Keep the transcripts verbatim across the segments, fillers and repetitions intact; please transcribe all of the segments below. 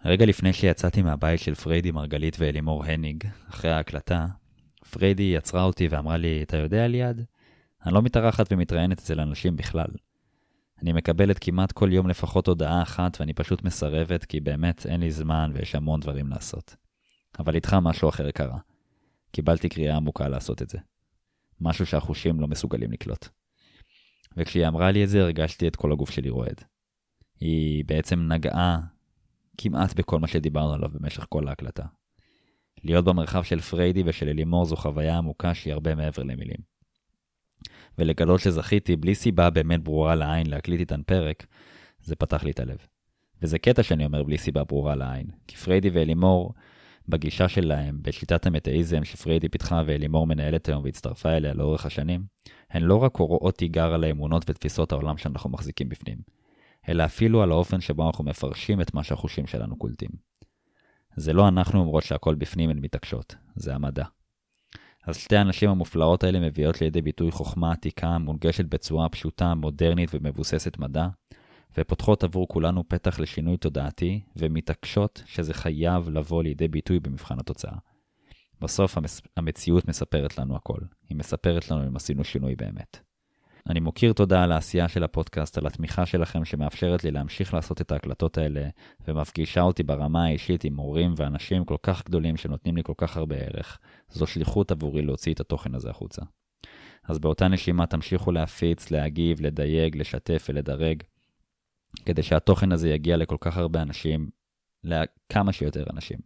רגע לפני שיצאתי מהבית של פריידי מרגלית ואלימור הניג, אחרי ההקלטה, פריידי יצרה אותי ואמרה לי, אתה יודע ליד? אני לא מתארחת ומתראיינת אצל אנשים בכלל. אני מקבלת כמעט כל יום לפחות הודעה אחת ואני פשוט מסרבת כי באמת אין לי זמן ויש המון דברים לעשות. אבל איתך משהו אחר קרה. קיבלתי קריאה עמוקה לעשות את זה. משהו שהחושים לא מסוגלים לקלוט. וכשהיא אמרה לי את זה הרגשתי את כל הגוף שלי רועד. היא בעצם נגעה כמעט בכל מה שדיברנו עליו במשך כל ההקלטה. להיות במרחב של פריידי ושל אלימור זו חוויה עמוקה שהיא הרבה מעבר למילים. ולגלות שזכיתי בלי סיבה באמת ברורה לעין להקליט איתן פרק, זה פתח לי את הלב. וזה קטע שאני אומר בלי סיבה ברורה לעין, כי פריידי ואלימור בגישה שלהם, בשיטת המטאיזם שפריידי פיתחה ואלימור מנהלת היום והצטרפה אליה לאורך השנים, הן לא רק רואות תיגר על האמונות ותפיסות העולם שאנחנו מחזיקים בפנים, אלא אפילו על האופן שבו אנחנו מפרשים את מה שהחושים שלנו קולטים. זה לא אנחנו אומרות שהכל בפנים הן מתעקשות, זה המדע. אז שתי האנשים המופלאות האלה מביאות לידי ביטוי חוכמה עתיקה, מונגשת בצורה פשוטה, מודרנית ומבוססת מדע, ופותחות עבור כולנו פתח לשינוי תודעתי, ומתעקשות שזה חייב לבוא לידי ביטוי במבחן התוצאה. בסוף המציאות מספרת לנו הכל. היא מספרת לנו אם עשינו שינוי באמת. אני מוקיר תודה על העשייה של הפודקאסט, על התמיכה שלכם שמאפשרת לי להמשיך לעשות את ההקלטות האלה, ומפגישה אותי ברמה האישית עם הורים ואנשים כל כך גדולים שנותנים לי כל כך הרבה ערך. זו שליחות עבורי להוציא את התוכן הזה החוצה. אז באותה נשימה תמשיכו להפיץ, להגיב, לדייג, לשתף ולדרג, כדי שהתוכן הזה יגיע לכל כך הרבה אנשים, לכמה שיותר אנשים.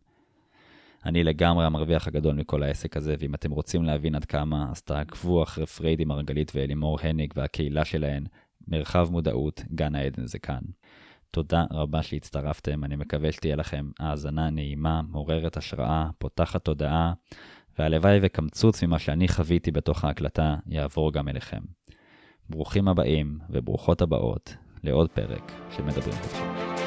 אני לגמרי המרוויח הגדול מכל העסק הזה, ואם אתם רוצים להבין עד כמה, אז תעקבו אחרי פריידי מרגלית ואלימור הניג והקהילה שלהן, מרחב מודעות, גן העדן זה כאן. תודה רבה שהצטרפתם, אני מקווה שתהיה לכם האזנה נעימה, מעוררת השראה, פותחת תודעה, והלוואי וקמצוץ ממה שאני חוויתי בתוך ההקלטה יעבור גם אליכם. ברוכים הבאים וברוכות הבאות לעוד פרק שמדברים חופשי.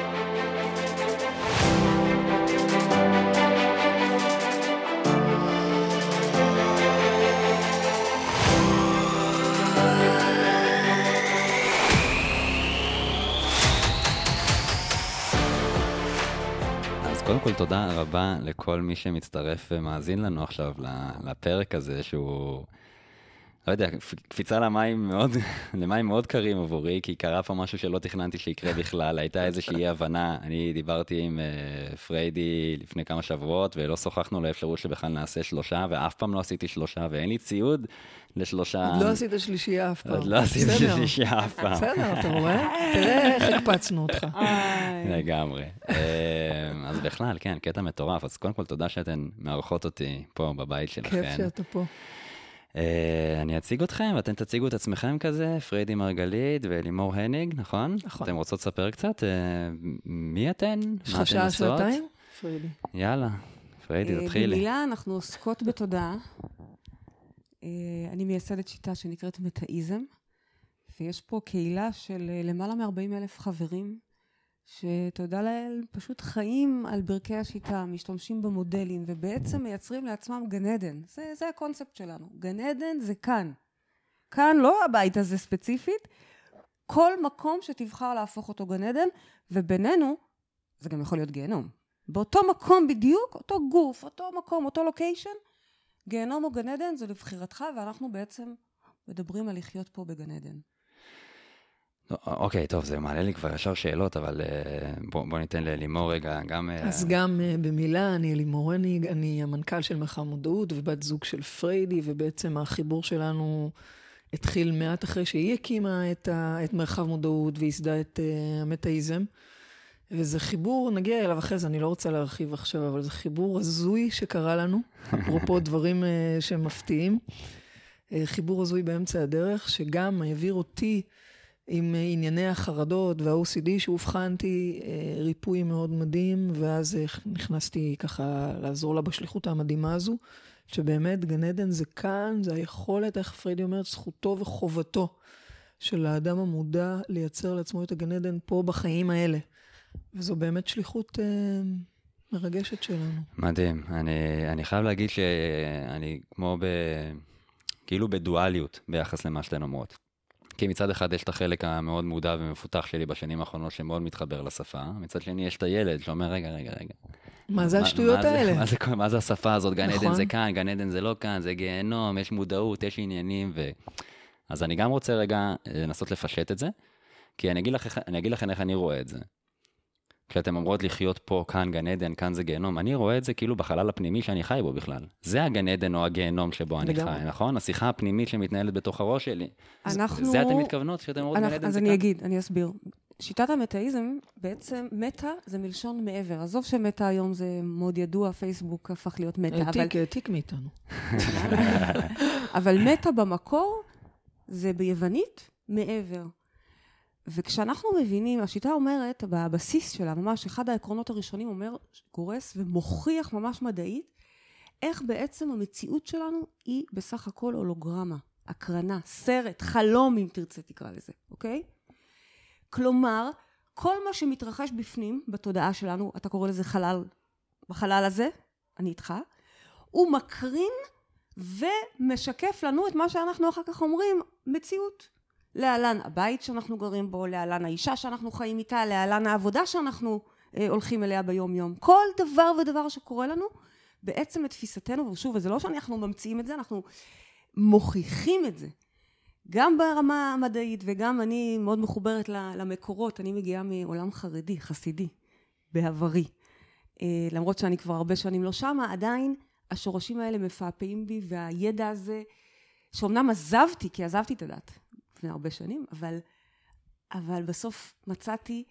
קודם כל תודה רבה לכל מי שמצטרף ומאזין לנו עכשיו לפרק הזה שהוא, לא יודע, קפיצה למים מאוד, למים מאוד קרים עבורי, כי קרה פה משהו שלא תכננתי שיקרה בכלל, הייתה איזושהי הבנה, אני דיברתי עם uh, פריידי לפני כמה שבועות, ולא שוחחנו לאפשרות שבכלל נעשה שלושה, ואף פעם לא עשיתי שלושה, ואין לי ציוד לשלושה. עוד לא עשית שלישייה אף פעם. עוד לא עשיתי שלישייה אף פעם. בסדר, אתה רואה? תראה איך הקפצנו אותך. לגמרי. אז בכלל, כן, קטע מטורף, אז קודם כל תודה שאתן מערכות אותי פה בבית שלכם. כיף שאתה פה. אני אציג אתכם, ואתם תציגו את עצמכם כזה, פריידי מרגלית ואלימור הניג, נכון? נכון. אתם רוצות לספר קצת? מי אתן? יש לך שעה שעתיים? פריידי. יאללה, פריידי, תתחילי. במילה אנחנו עוסקות בתודעה. אני מייסדת שיטה שנקראת מטאיזם, ויש פה קהילה של למעלה מ-ארבעים אלף חברים, שתודה לאל פשוט חיים על ברכי השיטה, משתמשים במודלים, ובעצם מייצרים לעצמם גן עדן. זה, זה הקונספט שלנו. גן עדן זה כאן. כאן, לא הבית הזה ספציפית, כל מקום שתבחר להפוך אותו גן עדן, ובינינו, זה גם יכול להיות גיהנום. באותו מקום בדיוק, אותו גוף, אותו מקום, אותו לוקיישן, גיהנום או גן עדן זה לבחירתך, ואנחנו בעצם מדברים על לחיות פה בגן עדן. אוקיי, טוב, זה מעלה לי כבר ישר שאלות, אבל בוא, בוא ניתן לאלימור רגע, גם... אז גם במילה, אני אלימור הניג, אני המנכ"ל של מרחב מודעות, ובת זוג של פריידי, ובעצם החיבור שלנו התחיל מעט אחרי שהיא הקימה את, ה, את מרחב מודעות, והסדה את uh, המטאיזם, וזה חיבור, נגיע אליו אחרי זה, אני לא רוצה להרחיב עכשיו, אבל זה חיבור הזוי שקרה לנו, אפרופו דברים uh, שמפתיעים, uh, חיבור הזוי באמצע הדרך, שגם העביר אותי, עם ענייני החרדות וה-או סי די שהובחנתי, ריפוי מאוד מדהים, ואז נכנסתי ככה לעזור לה בשליחות המדהימה הזו, שבאמת גן עדן זה כאן, זה היכולת, איך פריידי אומרת, זכותו וחובתו של האדם המודע לייצר לעצמו את הגן עדן פה בחיים האלה. וזו באמת שליחות אה, מרגשת שלנו. מדהים. אני, אני חייב להגיד שאני כמו ב, כאילו בדואליות ביחס למה שאתן אומרות. כי מצד אחד יש את החלק המאוד מודע ומפותח שלי בשנים האחרונות, שמאוד מתחבר לשפה. מצד שני יש את הילד שאומר, רגע, רגע, רגע. מה זה השטויות האלה? מה זה, מה זה השפה הזאת? גן עדן זה כאן, גן עדן זה לא כאן, זה גיהנום, יש מודעות, יש עניינים. ו... אז אני גם רוצה רגע לנסות לפשט את זה, כי אני אגיד, לך, אני אגיד לכם איך אני רואה את זה. כשאתם אומרות לחיות פה, כאן גן עדן, כאן זה גיהנום, אני רואה את זה כאילו בחלל הפנימי שאני חי בו בכלל. זה הגן עדן או הגיהנום שבו אני חי, נכון? השיחה הפנימית שמתנהלת בתוך הראש שלי. אנחנו... זה אתם מתכוונות כשאתם אומרות גן עדן זה כאן? אז אני אגיד, אני אסביר. שיטת המטאיזם, בעצם מטה זה מלשון מעבר. עזוב שמטה היום זה מאוד ידוע, פייסבוק הפך להיות מטה. העתיק, העתיק מאיתנו. אבל מטה במקור זה ביוונית מעבר. וכשאנחנו מבינים, השיטה אומרת, בבסיס שלה, ממש אחד העקרונות הראשונים אומר, גורס ומוכיח ממש מדעית, איך בעצם המציאות שלנו היא בסך הכל הולוגרמה, הקרנה, סרט, חלום אם תרצה תקרא לזה, אוקיי? כלומר, כל מה שמתרחש בפנים, בתודעה שלנו, אתה קורא לזה חלל, בחלל הזה, אני איתך, הוא מקרין ומשקף לנו את מה שאנחנו אחר כך אומרים, מציאות. להלן הבית שאנחנו גרים בו, להלן האישה שאנחנו חיים איתה, להלן העבודה שאנחנו אה, הולכים אליה ביום יום. כל דבר ודבר שקורה לנו, בעצם לתפיסתנו, ושוב, וזה לא שאנחנו ממציאים את זה, אנחנו מוכיחים את זה. גם ברמה המדעית, וגם אני מאוד מחוברת למקורות, אני מגיעה מעולם חרדי, חסידי, בעברי. אה, למרות שאני כבר הרבה שנים לא שמה, עדיין השורשים האלה מפעפעים בי, והידע הזה, שאומנם עזבתי, כי עזבתי את הדת, לפני הרבה שנים, אבל, אבל בסוף מצאתי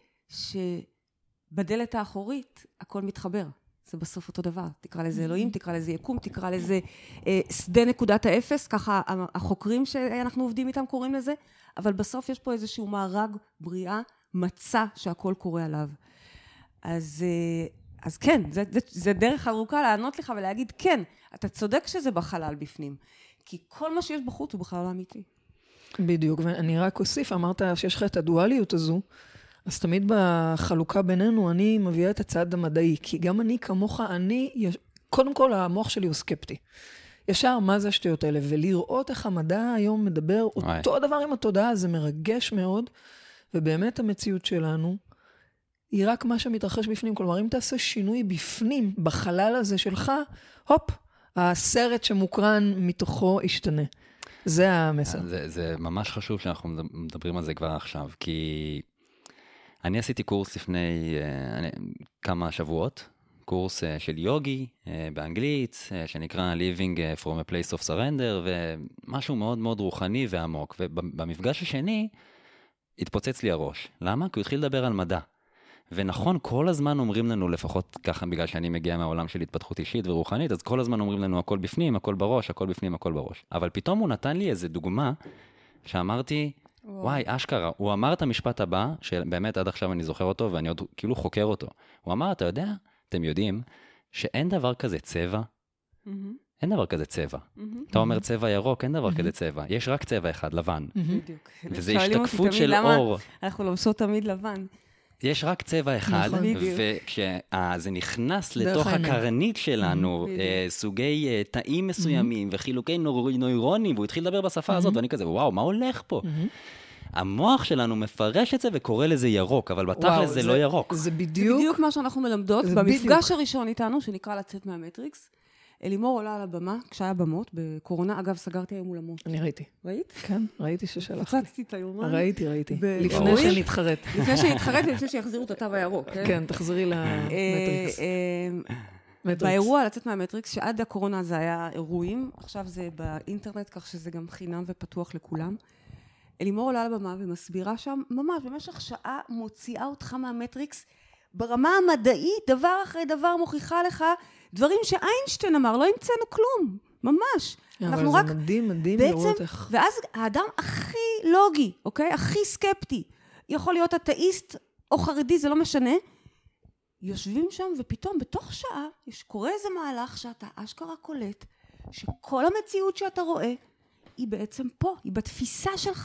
שבדלת האחורית הכל מתחבר. זה בסוף אותו דבר. תקרא לזה אלוהים, תקרא לזה יקום, תקרא לזה אה, שדה נקודת האפס, ככה החוקרים שאנחנו עובדים איתם קוראים לזה, אבל בסוף יש פה איזשהו מארג בריאה, מצא שהכל קורה עליו. אז, אה, אז כן, זה, זה, זה דרך ארוכה לענות לך ולהגיד, כן, אתה צודק שזה בחלל בפנים, כי כל מה שיש בחוץ הוא בחלל אמיתי. בדיוק, ואני רק אוסיף, אמרת שיש לך את הדואליות הזו, אז תמיד בחלוקה בינינו אני מביאה את הצד המדעי, כי גם אני כמוך, אני, קודם כל המוח שלי הוא סקפטי. ישר, מה זה השטויות האלה? ולראות איך המדע היום מדבר, אותו דבר עם התודעה, זה מרגש מאוד, ובאמת המציאות שלנו היא רק מה שמתרחש בפנים. כלומר, אם תעשה שינוי בפנים, בחלל הזה שלך, הופ, הסרט שמוקרן מתוכו ישתנה. זה המסר. זה, זה ממש חשוב שאנחנו מדברים על זה כבר עכשיו, כי אני עשיתי קורס לפני אני, כמה שבועות, קורס של יוגי באנגלית, שנקרא Living from a Place of Surrender, ומשהו מאוד מאוד רוחני ועמוק. ובמפגש השני התפוצץ לי הראש. למה? כי הוא התחיל לדבר על מדע. ונכון, כל הזמן אומרים לנו, לפחות ככה בגלל שאני מגיע מהעולם של התפתחות אישית ורוחנית, אז כל הזמן אומרים לנו הכל בפנים, הכל בראש, הכל בפנים, הכל בראש. אבל פתאום הוא נתן לי איזו דוגמה שאמרתי, וואי, אשכרה, הוא אמר את המשפט הבא, שבאמת עד עכשיו אני זוכר אותו, ואני עוד כאילו חוקר אותו. הוא אמר, אתה יודע, אתם יודעים, שאין דבר כזה צבע, אין דבר כזה צבע. אתה אומר צבע ירוק, אין דבר כזה צבע. יש רק צבע אחד, לבן. בדיוק. וזה השתקפות של אור. אנחנו לובשות תמיד לבן. יש רק צבע אחד, וכשזה נכנס לתוך הקרנית שלנו, סוגי תאים מסוימים וחילוקי נוירונים, והוא התחיל לדבר בשפה הזאת, ואני כזה, וואו, מה הולך פה? המוח שלנו מפרש את זה וקורא לזה ירוק, אבל בתכל'ס זה לא ירוק. זה בדיוק... בדיוק מה שאנחנו מלמדות. במפגש הראשון איתנו, שנקרא לצאת מהמטריקס, אלימור עולה על הבמה, כשהיה במות, בקורונה, אגב, סגרתי היום אולמות. אני ראיתי. ראית? כן, ראיתי ששלחת. חצצתי את היומן. ראיתי, ראיתי. לפני שנתחרט. לפני שנתחרט, ולפני שיחזירו את התו הירוק. כן, תחזרי למטריקס. באירוע לצאת מהמטריקס, שעד הקורונה זה היה אירועים, עכשיו זה באינטרנט, כך שזה גם חינם ופתוח לכולם. אלימור עולה על הבמה ומסבירה שם, ממש במשך שעה מוציאה אותך מהמטריקס, ברמה המדעית, דבר אחרי דבר מוכיחה לך, דברים שאיינשטיין אמר, לא המצאנו כלום, ממש. אבל זה רק מדהים, מדהים לראות איך. ואז האדם הכי לוגי, אוקיי? הכי סקפטי, יכול להיות אתאיסט או חרדי, זה לא משנה, יושבים שם ופתאום בתוך שעה, יש קורה איזה מהלך שאתה אשכרה קולט, שכל המציאות שאתה רואה, היא בעצם פה, היא בתפיסה שלך.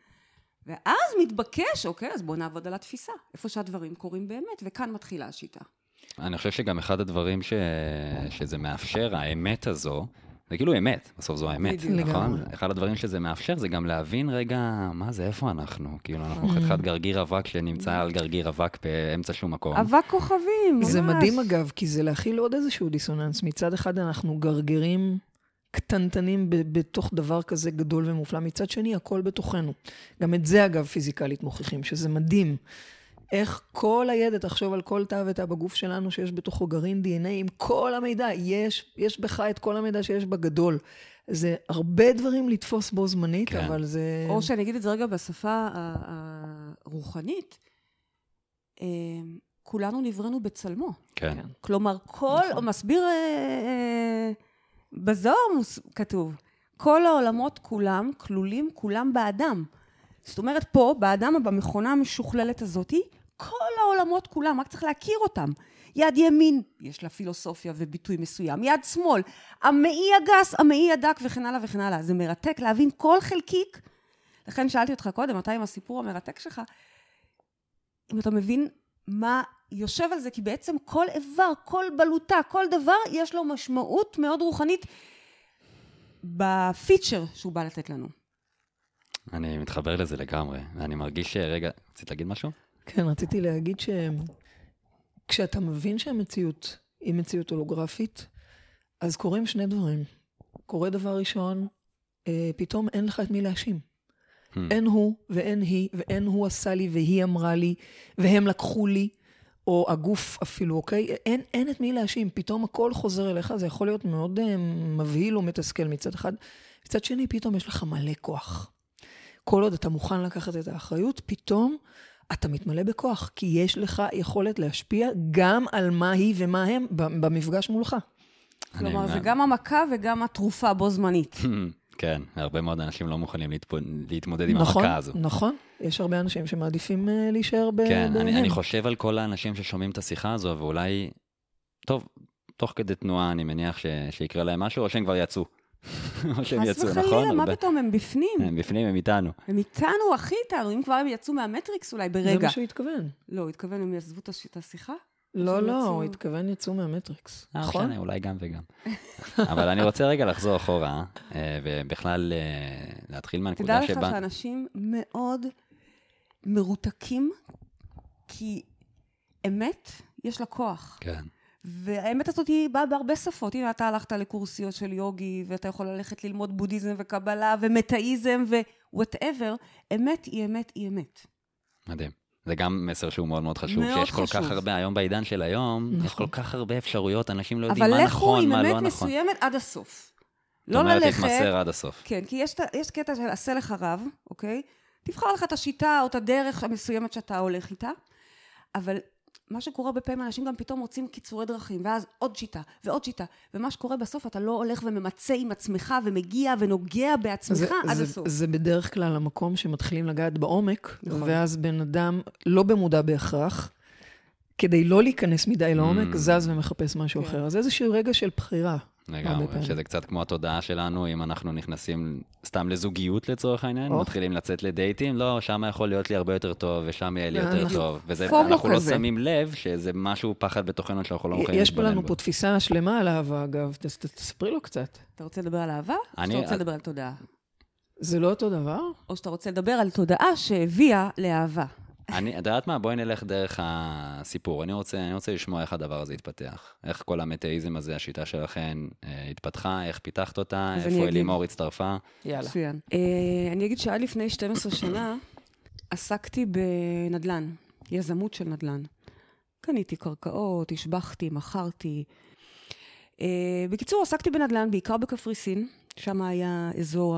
ואז מתבקש, אוקיי, אז בוא נעבוד על התפיסה, איפה שהדברים קורים באמת, וכאן מתחילה השיטה. אני חושב שגם אחד הדברים ש... שזה מאפשר, האמת הזו, זה כאילו אמת, בסוף זו האמת, לגמרי. נכון? אחד הדברים שזה מאפשר זה גם להבין רגע, מה זה, איפה אנחנו? כאילו, אנחנו חתיכת גרגיר אבק שנמצא על גרגיר אבק באמצע שום מקום. אבק כוכבים, ממש. זה מדהים אגב, כי זה להכיל עוד איזשהו דיסוננס. מצד אחד אנחנו גרגרים קטנטנים ב- בתוך דבר כזה גדול ומופלא, מצד שני הכל בתוכנו. גם את זה אגב פיזיקלית מוכיחים, שזה מדהים. איך כל הידע, תחשוב על כל תא ותא בגוף שלנו שיש בתוכו גרעין די אן איי עם כל המידע, יש, יש בך את כל המידע שיש בגדול. זה הרבה דברים לתפוס בו זמנית, כן. אבל זה... או שאני אגיד את זה רגע בשפה הרוחנית, כולנו נבראנו בצלמו. כן. כלומר, כל, נכון. מסביר, אה, אה, בזוהר מוס- כתוב, כל העולמות כולם, כלולים כולם באדם. זאת אומרת, פה, באדם, במכונה המשוכללת הזאת, כל העולמות כולם, רק צריך להכיר אותם. יד ימין, יש לה פילוסופיה וביטוי מסוים. יד שמאל, המעי הגס, המעי הדק וכן הלאה וכן הלאה. זה מרתק להבין כל חלקיק. לכן שאלתי אותך קודם, מתי עם הסיפור המרתק שלך, אם אתה מבין מה יושב על זה, כי בעצם כל איבר, כל בלוטה, כל דבר, יש לו משמעות מאוד רוחנית בפיצ'ר שהוא בא לתת לנו. אני מתחבר לזה לגמרי, ואני מרגיש רגע, רצית להגיד משהו? כן, רציתי להגיד שכשאתה מבין שהמציאות היא מציאות הולוגרפית, אז קורים שני דברים. קורה דבר ראשון, פתאום אין לך את מי להאשים. Hmm. אין הוא ואין היא, ואין הוא עשה לי והיא אמרה לי, והם לקחו לי, או הגוף אפילו, אוקיי? אין, אין את מי להאשים. פתאום הכל חוזר אליך, זה יכול להיות מאוד uh, מבהיל או מתסכל מצד אחד. מצד שני, פתאום יש לך מלא כוח. כל עוד אתה מוכן לקחת את האחריות, פתאום אתה מתמלא בכוח, כי יש לך יכולת להשפיע גם על מה היא ומה הם במפגש מולך. כלומר, זה גם המכה וגם התרופה בו זמנית. כן, הרבה מאוד אנשים לא מוכנים להתמודד עם נכון, המכה הזו. נכון, יש הרבה אנשים שמעדיפים להישאר בהם. כן, אני, אני חושב על כל האנשים ששומעים את השיחה הזו, ואולי, טוב, תוך כדי תנועה אני מניח ש, שיקרה להם משהו, או שהם כבר יצאו. או שהם יצאו, נכון? חס וחלילה, מה פתאום, הם בפנים. הם בפנים, הם איתנו. הם איתנו, הכי איתנו, אם כבר הם יצאו מהמטריקס אולי ברגע. זה מה שהוא התכוון. לא, הוא התכוון, הם יעזבו את השיחה? לא, לא, הוא התכוון יצאו מהמטריקס. נכון? אולי גם וגם. אבל אני רוצה רגע לחזור אחורה, ובכלל להתחיל מהנקודה שבה... תדע לך שאנשים מאוד מרותקים, כי אמת יש לה כוח. כן. והאמת הזאת היא באה בהרבה שפות. הנה, אתה הלכת לקורסיות של יוגי, ואתה יכול ללכת ללמוד בודהיזם וקבלה ומטאיזם ו-whatever. אמת היא אמת היא אמת. מדהים. זה גם מסר שהוא מאוד מאוד חשוב, מאוד שיש כל חשוב. כך הרבה, היום בעידן של היום, נכון. יש כל כך הרבה אפשרויות, אנשים לא יודעים אבל מה נכון, מה לא נכון. אבל לכו עם אמת מסוימת עד הסוף. לא ללכת. זאת אומרת, להתמסר עד הסוף. כן, כי יש, יש קטע של עשה לך רב, אוקיי? תבחר לך את השיטה או את הדרך המסוימת שאתה הולך איתה, אבל מה שקורה הרבה פעמים, אנשים גם פתאום רוצים קיצורי דרכים, ואז עוד שיטה ועוד שיטה, ומה שקורה בסוף, אתה לא הולך וממצא עם עצמך, ומגיע ונוגע בעצמך זה, עד זה, הסוף. זה בדרך כלל המקום שמתחילים לגעת בעומק, נכון. ואז בן אדם לא במודע בהכרח, כדי לא להיכנס מדי לעומק, Mm. זז ומחפש משהו כן. אחר. אז איזשהו רגע של בחירה. לגמרי, שזה קצת כמו התודעה שלנו, אם אנחנו נכנסים סתם לזוגיות לצורך העניין, או. מתחילים לצאת לדייטים, לא, שם יכול להיות לי הרבה יותר טוב, ושם יהיה לי יותר אנחנו- טוב, וזה, פומו אנחנו לא כזה. שמים לב שזה משהו פחד בתוכנו שאנחנו לא מוכנים יש פה להתבונן לנו בו. פה תפיסה שלמה על אהבה, אגב. ת- ת- תספרי לו קצת. אתה רוצה לדבר על אהבה? או אני- שאתה רוצה לדבר על תודעה? זה לא אותו דבר? או שאתה רוצה לדבר על תודעה שהביאה לאהבה? אני, את יודעת מה? בואי נלך דרך הסיפור. אני רוצה, אני רוצה לשמוע איך הדבר הזה התפתח. איך כל המטאיזם הזה, השיטה שלכן, אה, התפתחה, איך פיתחת אותה, אז אני איפה אגיד. אלימור הצטרפה. יאללה. מצוין. אה, אני אגיד שעד לפני שתים עשרה שנה עסקתי בנדלן, יזמות של נדלן. קניתי קרקעות, השבחתי, מכרתי. אה, בקיצור, עסקתי בנדלן, בעיקר בקפריסין, שם היה אזור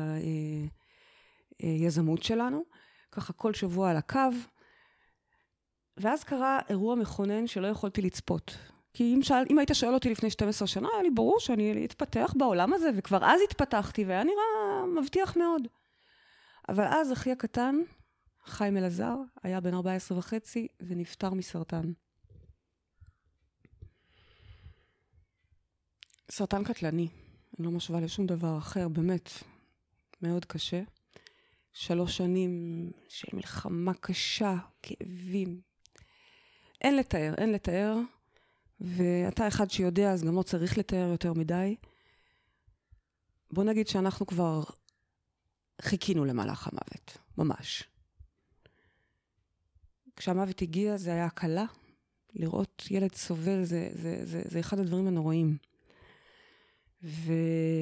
היזמות שלנו, ככה כל שבוע על הקו, ואז קרה אירוע מכונן שלא יכולתי לצפות. כי אם, שאל, אם היית שואל אותי לפני שתים עשרה שנה, היה לי ברור שאני אתפתח בעולם הזה, וכבר אז התפתחתי, והיה נראה מבטיח מאוד. אבל אז אחי הקטן, חיים אלעזר, היה בן ארבע עשרה וחצי, ונפטר מסרטן. סרטן קטלני, אני לא משווה לשום דבר אחר, באמת, מאוד קשה. שלוש שנים של מלחמה קשה, כאבים. אין לתאר, אין לתאר, ואתה אחד שיודע, אז גם לא צריך לתאר יותר מדי. בוא נגיד שאנחנו כבר חיכינו למהלך המוות, ממש. כשהמוות הגיע זה היה קלה, לראות ילד סובל זה, זה, זה, זה אחד הדברים הנוראים. ואני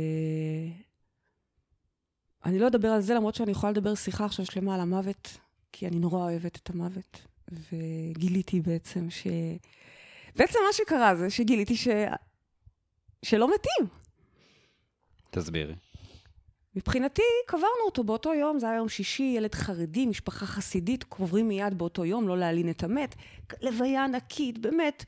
לא אדבר על זה, למרות שאני יכולה לדבר שיחה עכשיו שלמה על המוות, כי אני נורא אוהבת את המוות, וגיליתי בעצם ש... בעצם מה שקרה זה שגיליתי ש... שלא מתים. תסבירי. מבחינתי, קברנו אותו באותו יום, זה היה יום שישי, ילד חרדי, משפחה חסידית, קוברים מיד באותו יום, לא להלין את המת, לוויה ענקית, באמת.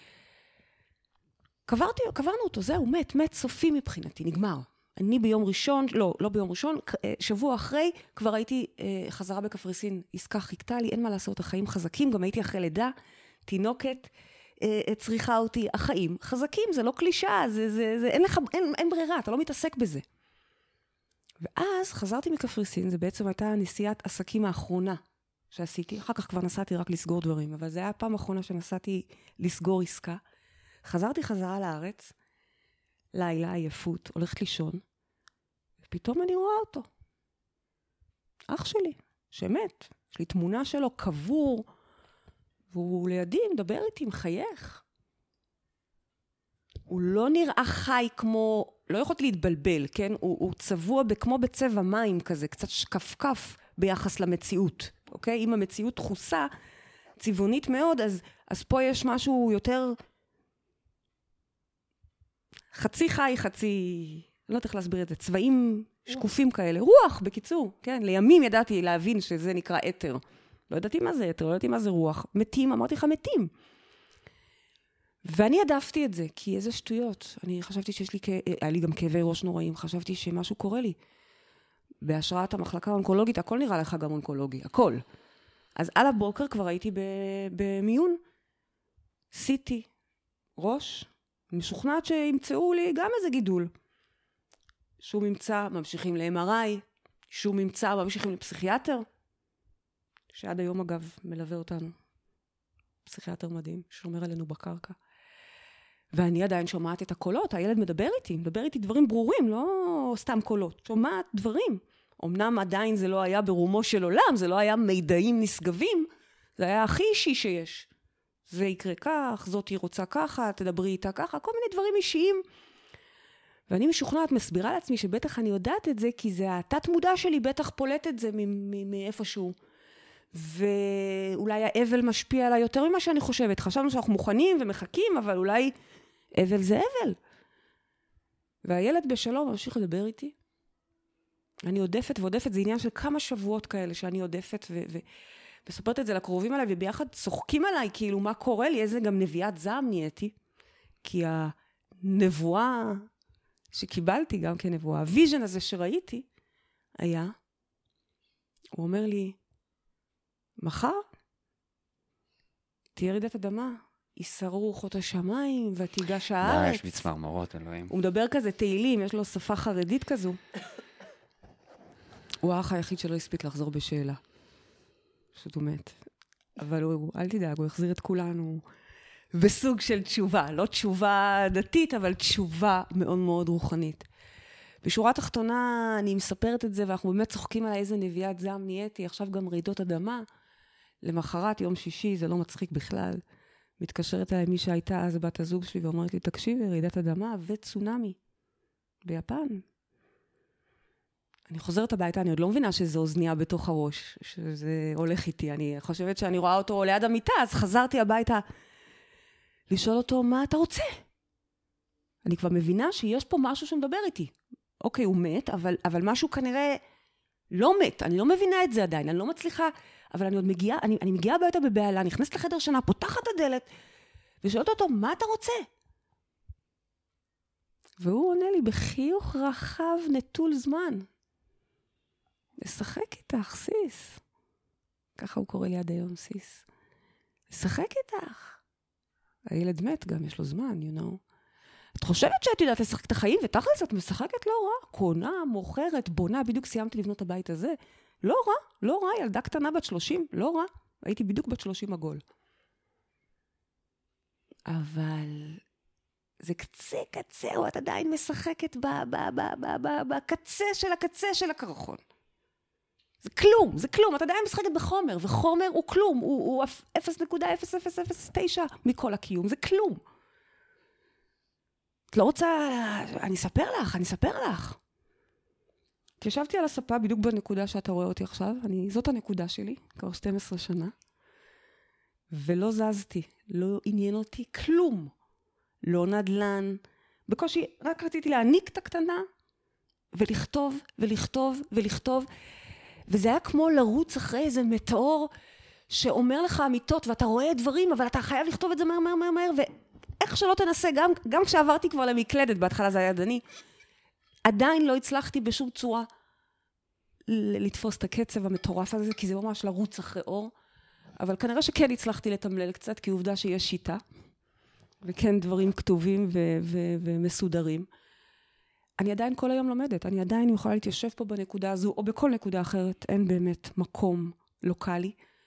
קברתי, קברנו אותו, זהו, מת, מת סופי מבחינתי, נגמר. אני ביום ראשון, לא, לא ביום ראשון, שבוע אחרי, כבר הייתי אה, חזרה בקפריסין, עסקה חיכתה לי, אין מה לעשות, החיים חזקים, גם הייתי אחרי לידה, תינוקת, אה, צריכה אותי, החיים חזקים, זה לא קלישה, זה, זה, זה, אין לך, אין, אין ברירה, אתה לא מתעסק בזה. ואז חזרתי מקפריסין, זה בעצם הייתה נסיעת עסקים האחרונה שעשיתי, אחר כך כבר נסעתי רק לסגור דברים, אבל זה היה הפעם האחרונה שנסעתי לסגור עסקה. חזרתי חזרה לארץ, לילה, עייפות, הולכת לישון, ופתאום אני רואה אותו. אח שלי, שמת, יש לי תמונה שלו קבור, והוא לידי מדבר איתי, מחייך. הוא לא נראה חי כמו, לא יכולתי להתבלבל, כן? הוא, הוא צבוע כמו בצבע מים כזה, קצת שקפקף ביחס למציאות, אוקיי? אם המציאות דחוסה, צבעונית מאוד, אז, אז פה יש משהו יותר חצי חי, חצי, לא יודעת איך להסביר את זה, צבעים שקופים כאלה, רוח בקיצור, כן? לימים ידעתי להבין שזה נקרא אתר. לא ידעתי מה זה אתר, לא ידעתי מה זה רוח. מתים, אמרתי לך מתים. ואני עדפתי את זה, כי איזה שטויות. אני חשבתי שיש לי, היה לי גם כאבי ראש נוראים, חשבתי שמשהו קורה לי. בהשראת המחלקה האונקולוגית, הכל נראה לך גם אונקולוגי, הכל. אז על הבוקר כבר הייתי במיון, סיטי, ראש, משוכנעת שימצאו לי גם איזה גידול. שום ממצא, ממשיכים ל-אם אר איי, שום ממצא, ממשיכים לפסיכיאטר, שעד היום אגב מלווה אותנו. פסיכיאטר מדהים, שומר עלינו בקרקע. ואני עדיין שומעת את הקולות, הילד מדבר איתי, מדבר איתי דברים ברורים, לא סתם קולות, שומעת דברים. אמנם עדיין זה לא היה ברומו של עולם, זה לא היה מידעים נשגבים, זה היה הכי אישי שיש. זה יקרה כך, זאת היא רוצה ככה, תדברי איתה ככה, כל מיני דברים אישיים. ואני משוכנעת, מסבירה לעצמי שבטח אני יודעת את זה, כי זה התת מודע שלי בטח פולט את זה מאיפשהו. ואולי האבל משפיע עליי יותר ממה שאני חושבת. חשבנו שאנחנו מוכנים ומחכים, אבל אולי אבל זה אבל. והילד בשלום ממשיך לדבר איתי. אני עודפת ועודפת, זה עניין של כמה שבועות כאלה שאני עודפת ו... מספרת את זה לקרובים עליי, וביחד צוחקים עליי, כאילו מה קורה לי, איזה גם נביאת זעם נהייתי. כי הנבואה שקיבלתי גם כנבואה, הוויז'ן הזה שראיתי, היה, הוא אומר לי, מחר תהיה רעידת אדמה, יסרו רוחות השמיים ותיגש הארץ. לא, יש מצמרמורות, אלוהים. הוא מדבר כזה תהילים, יש לו שפה חרדית כזו. הוא האח היחיד שלא הספיק לחזור בשאלה. פשוט הוא מת. אבל הוא, אל תדאג, הוא החזיר את כולנו בסוג של תשובה. לא תשובה דתית, אבל תשובה מאוד מאוד רוחנית. בשורה התחתונה, אני מספרת את זה, ואנחנו באמת צוחקים על איזה נביאת זעם נהייתי. עכשיו גם רעידות אדמה. למחרת, יום שישי, זה לא מצחיק בכלל. מתקשרת אליי מי שהייתה אז בת הזוג שלי, ואומרת לי, תקשיבי, רעידת אדמה וצונמי. ביפן. אני חוזרת הביתה, אני עוד לא מבינה שזה אוזניה בתוך הראש, שזה הולך איתי. אני חושבת שאני רואה אותו ליד המיטה, אז חזרתי הביתה לשאול אותו, מה אתה רוצה? אני כבר מבינה שיש פה משהו שמדבר איתי. אוקיי, הוא מת, אבל, אבל משהו כנראה לא מת. אני לא מבינה את זה עדיין, אני לא מצליחה, אבל אני עוד מגיעה, אני, אני מגיעה הביתה בבעלה, נכנסת לחדר שנה, פותחת את הדלת, ושואלת אותו, מה אתה רוצה? והוא עונה לי בחיוך רחב נטול זמן. לשחק איתך, סיס. ככה הוא קורא לי עד היום, סיס. לשחק איתך. הילד מת גם, יש לו זמן, you know. את חושבת שאת יודעת לשחק את החיים, ותכלס את משחקת לא רע. קונה, מוכרת, בונה, בדיוק סיימתי לבנות הבית הזה. לא רע, לא רע, ילדה קטנה בת שלושים, לא רע. הייתי בדיוק בת שלושים עגול. אבל זה קצה קצה, או את עדיין משחקת ב, ב, ב, ב, ב, בקצה של הקצה של הקרחון. זה כלום, זה כלום, את עדיין משחקת בחומר, וחומר הוא כלום, הוא, הוא אפס נקודה אפס אפס אפס תשע מכל הקיום, זה כלום. את לא רוצה, אני אספר לך, אני אספר לך. ישבתי על הספה בדיוק בנקודה שאתה רואה אותי עכשיו, אני, זאת הנקודה שלי, כבר שתים עשרה שנה, ולא זזתי, לא עניין אותי כלום. לא נדלן, בקושי רק רציתי להעניק את הקטנה, ולכתוב, ולכתוב, ולכתוב, וזה היה כמו לרוץ אחרי איזה מטאור, שאומר לך אמיתות, ואתה רואה דברים, אבל אתה חייב לכתוב את זה מהר, מהר, מהר, מהר, ואיך שלא תנסה, גם, גם כשעברתי כבר למקלדת, בהתחלה זה היה ידני, עדיין לא הצלחתי בשום צורה לתפוס את הקצב המטורף הזה, כי זה ממש לרוץ אחרי אור, אבל כנראה שכן הצלחתי לתמלל קצת, כי עובדה שיש שיטה, וכן דברים כתובים ו- ו- ומסודרים. אני עדיין כל היום לומדת, אני עדיין יכולה להתיישב פה בנקודה הזו, או בכל נקודה אחרת, אין באמת מקום לוקלי,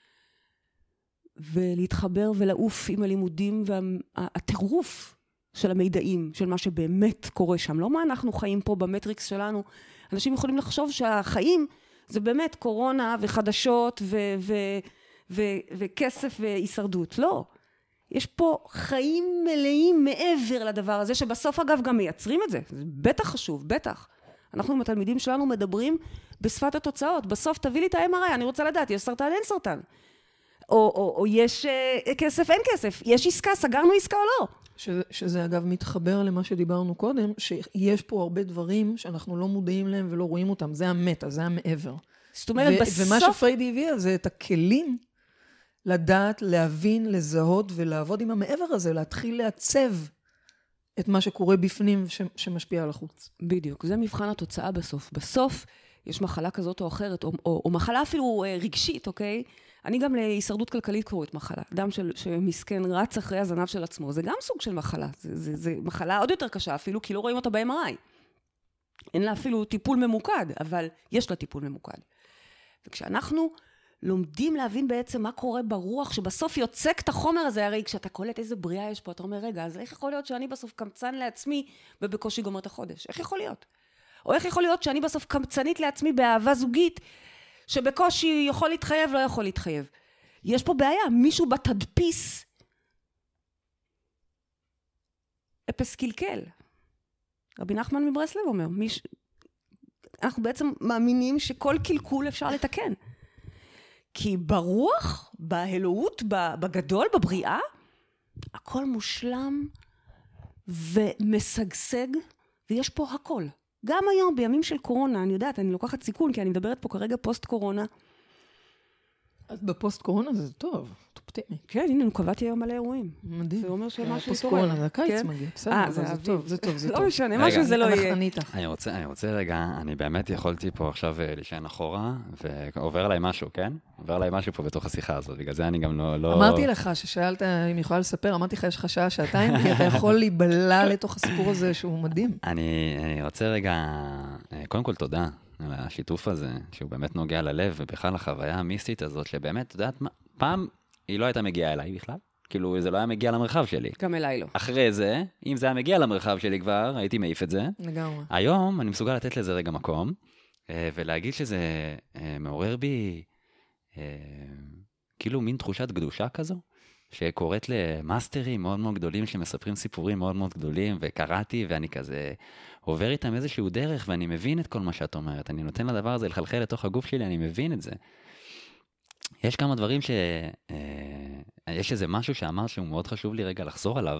ולהתחבר ולעוף עם הלימודים והטירוף של המידעים, של מה שבאמת קורה שם. לא מה אנחנו חיים פה במטריקס שלנו. אנשים יכולים לחשוב שהחיים זה באמת קורונה וחדשות ו- ו- ו- וכסף והישרדות. לא. יש פה חיים מלאים מעבר לדבר הזה, שבסוף אגב גם מייצרים את זה. זה בטח חשוב, בטח. אנחנו עם התלמידים שלנו מדברים בשפת התוצאות. בסוף תביא לי את ה-אם אר איי, אני רוצה לדעת, יש סרטן, אין סרטן. או, או, או יש uh, כסף, אין כסף. יש עסקה, סגרנו עסקה או לא. שזה, שזה אגב מתחבר למה שדיברנו קודם, שיש פה הרבה דברים שאנחנו לא מודעים להם ולא רואים אותם. זה המטה, זה המעבר. זאת אומרת, ו- בסוף... ומה שפריידי הביאה זה את הכלים לדעת, להבין, לזהות ולעבוד עם המעבר הזה, להתחיל לעצב את מה שקורה בפנים ש- שמשפיע על החוץ. בדיוק, זה מבחן התוצאה בסוף. בסוף יש מחלה כזאת או אחרת, או, או, או מחלה אפילו רגשית, אוקיי? אני גם להישרדות כלכלית קוראת מחלה. אדם של, שמסכן רץ אחרי הזנב של עצמו, זה גם סוג של מחלה. זה, זה, זה מחלה עוד יותר קשה, אפילו כי לא רואים אותה ב-אם אר איי. אין לה אפילו טיפול ממוקד, אבל יש לה טיפול ממוקד. וכשאנחנו לומדים להבין בעצם מה קורה ברוח, שבסוף יוצק את החומר הזה, הרי כשאתה קולט איזה בריאה יש פה, אתה אומר, רגע, אז איך יכול להיות שאני בסוף קמצן לעצמי, ובקושי גומר את החודש? איך יכול להיות? או איך יכול להיות שאני בסוף קמצנית לעצמי באהבה זוגית, שבקושי יכול להתחייב, לא יכול להתחייב? יש פה בעיה, מישהו בתדפיס, אפס קלקל. רבי נחמן מברסלב אומר, מיש... אנחנו בעצם מאמינים שכל קלקול אפשר לתקן. כי ברוח, בהלואות, בגדול, בבריאה, הכל מושלם ומשגשג, ויש פה הכל. גם היום, בימים של קורונה, אני יודעת, אני לוקחת סיכון, כי אני מדברת פה כרגע פוסט קורונה. אז בפוסט קורונה זה טוב, אופטימי. כן, הנה, קבעתי היום מלא אירועים. מדהים. זה אומר שמשהו פוסט תורם. קורונה, זה הקיץ מגיע. בסדר, זה טוב, זה טוב, זה טוב. לא משנה, משהו זה לא יהיה. אני איתך. אני רוצה, אני רוצה רגע, אני באמת יכולתי פה עכשיו להישען אחורה, ועובר עליי משהו, כן? עובר עליי משהו פה בתוך השיחה הזאת, בגלל זה אני גם לא... לא... אמרתי לך ששאלת אם יכולה לספר, אמרתי לך, יש לך שעה, שעתיים, כי אתה יכול להיבלע לתוך הסיפור הזה שהוא מדהים. אני, אני רוצה רגע, קודם כל תודה על השיתוף הזה, שהוא באמת נוגע ללב, ובכלל החוויה המיסטית הזאת, שבאמת, אתה יודעת מה, פעם היא לא הייתה מגיעה אליי בכלל, כאילו זה לא היה מגיע למרחב שלי. גם אליי לא. אחרי זה, אם זה היה מגיע למרחב שלי כבר, הייתי מעיף את זה. לגמרי. היום אני מסוגל לתת לזה רגע מקום, ולהגיד שזה מעורר בי, כאילו מין תחושת קדושה כזו, שקוראת למאסטרים מאוד מאוד גדולים, שמספרים סיפורים מאוד מאוד גדולים, וקראתי, ואני כזה עובר איתם איזשהו דרך, ואני מבין את כל מה שאת אומרת. אני נותן לדבר הזה לחלחל לתוך הגוף שלי, אני מבין את זה. יש כמה דברים ש... יש איזה משהו שאמר שהוא מאוד חשוב לי רגע לחזור עליו,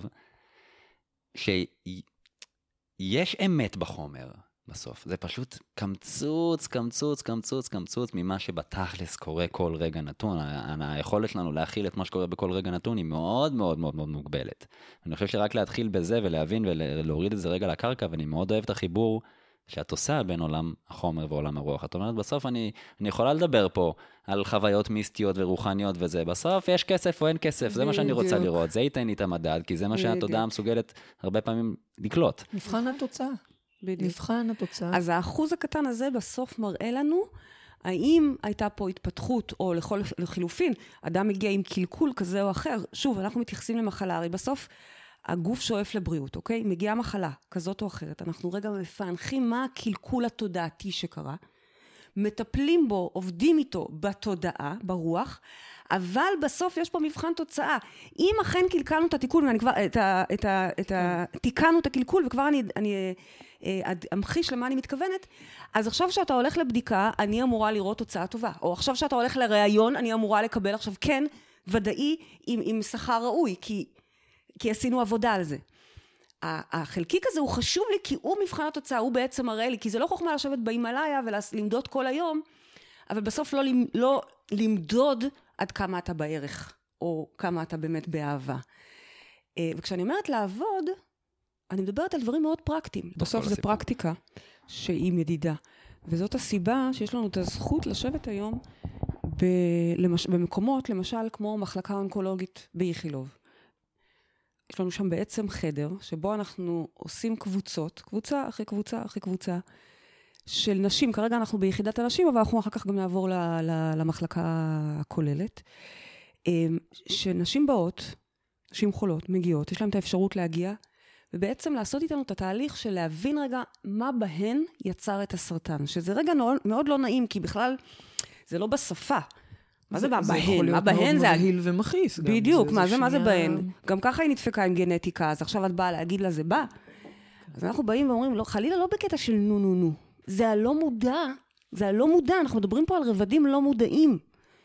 שיש אמת בחומר בסוף. זה פשוט קמצוץ, קמצוץ, קמצוץ, קמצוץ ממה שבתכלס קורה כל רגע נתון. היכולת שלנו להכיל את מה שקורה בכל רגע נתון היא מאוד מאוד מאוד מאוד מוגבלת. אני חושב שרק להתחיל בזה ולהבין ולהוריד את זה רגע לקרקע, ואני מאוד אוהב את החיבור שאת עושה בין עולם החומר ועולם הרוח. את אומרת, בסוף אני, אני יכולה לדבר פה על חוויות מיסטיות ורוחניות וזה. בסוף יש כסף או אין כסף, זה מה שאני רוצה לראות. זה ייתן לי את המדד, כי זה מה שהתודעה מסוגלת הרבה פעמים לקלוט. מבחן התוצאה. מבחן התוצאה. אז האחוז הקטן הזה בסוף מראה לנו, האם הייתה פה התפתחות, או לכל, לחילופין, אדם מגיע עם קלקול כזה או אחר. שוב, אנחנו מתייחסים למחלה, הרי בסוף הגוף שואף לבריאות, אוקיי? מגיעה מחלה כזאת או אחרת. אנחנו רגע מפענחים מה הקלקול התודעתי שקרה, מטפלים בו, עובדים איתו בתודעה, ברוח, אבל בסוף יש פה מבחן תוצאה. אם אכן קלקלנו את התיקון, ואני כבר, את ה, את ה, את ה, תיקנו את הקלקול, וכבר אני, אני אמחיש למה אני מתכוונת, אז עכשיו שאתה הולך לבדיקה, אני אמורה לראות תוצאה טובה. או עכשיו שאתה הולך לראיון, אני אמורה לקבל עכשיו כן, ודאי, עם, עם שכר ראוי, כי, כי עשינו עבודה על זה. החלקיק הזה הוא חשוב לי, כי הוא מבחן התוצאה, הוא בעצם מראה לי, כי זה לא חוכמה לשבת בהימאליה ולמדוד כל היום, אבל בסוף לא, לא למדוד עד כמה אתה בערך, או כמה אתה באמת באהבה. וכשאני אומרת לעבוד, אני מדברת על דברים מאוד פרקטיים. בסוף זה פרקטיקה שהיא מדידה. וזאת הסיבה שיש לנו את הזכות לשבת היום במקומות, למשל כמו מחלקה אונקולוגית באיכילוב. יש לנו שם בעצם חדר, שבו אנחנו עושים קבוצות, קבוצה אחרי קבוצה אחרי קבוצה, של נשים. כרגע אנחנו ביחידת הנשים, אבל אנחנו אחר כך גם נעבור למחלקה הכוללת. שנשים באות, נשים חולות, מגיעות, יש להם את האפשרות להגיע, ובעצם לעשות איתנו את התהליך של להבין רגע מה בהן יצר את הסרטן. שזה רגע מאוד לא נעים, כי בכלל זה לא בשפה. מה זה בהן? זה יכול להיות מאוד מבהיל ומכעיס. בדיוק, מה זה, מה זה בהן? גם ככה היא נדפקה עם גנטיקה, אז עכשיו את באה להגיד לה, זה בא. אז אנחנו באים ואומרים, חלילה לא בקטע של נו נו נו. זה הלא מודע, זה הלא מודע, אנחנו מדברים פה על רבדים לא מודעים,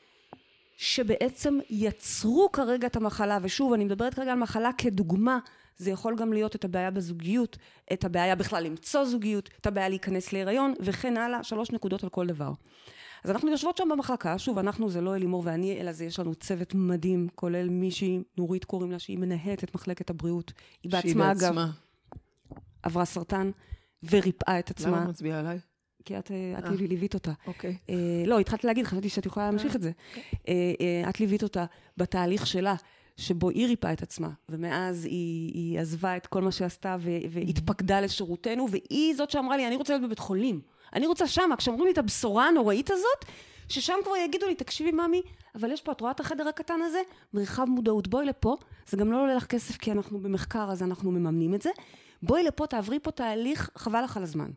שבעצם יצרו כרגע את המחלה, ושוב, אני מדברת כרגע על מחלה כדוגמה, זה יכול גם להיות את הבעיה בזוגיות, את הבעיה בכלל למצוא זוגיות, את הבעיה להיכנס להיריון, וכן הלאה, שלוש נקודות על כל דבר. אז אנחנו יושבות שם במחלקה, שוב, אנחנו זה לא אלימור ואני, אלא זה יש לנו צוות מדהים, כולל מישהי, נורית קוראים לה, שהיא מנהלת את מחלקת הבריאות. היא בעצמה, אגב, עברה סרטן, וריפאה את עצמה. למה מצביעה עליי? כי את, את ליווית אותה. אוקיי. לא, התחלתי להגיד, חשבתי שאת יכולה להמשיך את זה. את ליווית אותה בתהליך שלה, שבו היא ריפאה את עצמה, ומאז היא, היא עזבה את כל מה שעשתה, והתפקדה לשירותנו, והיא זאת שאמרה לי, אני רוצה להיות בבית חולים. אני רוצה שם, כשאמרו לי את הבשורה הנוראית הזאת, ששם כבר יגידו לי, תקשיבי ממי, אבל יש פה, את רואה את החדר הקטן הזה? מרחב מודעות, בואי לפה, זה גם לא עולה לך כסף, כי אנחנו במחקר, אז אנחנו מממנים את זה. בואי לפה, תעברי פה תהליך, חבל לך על הזמן.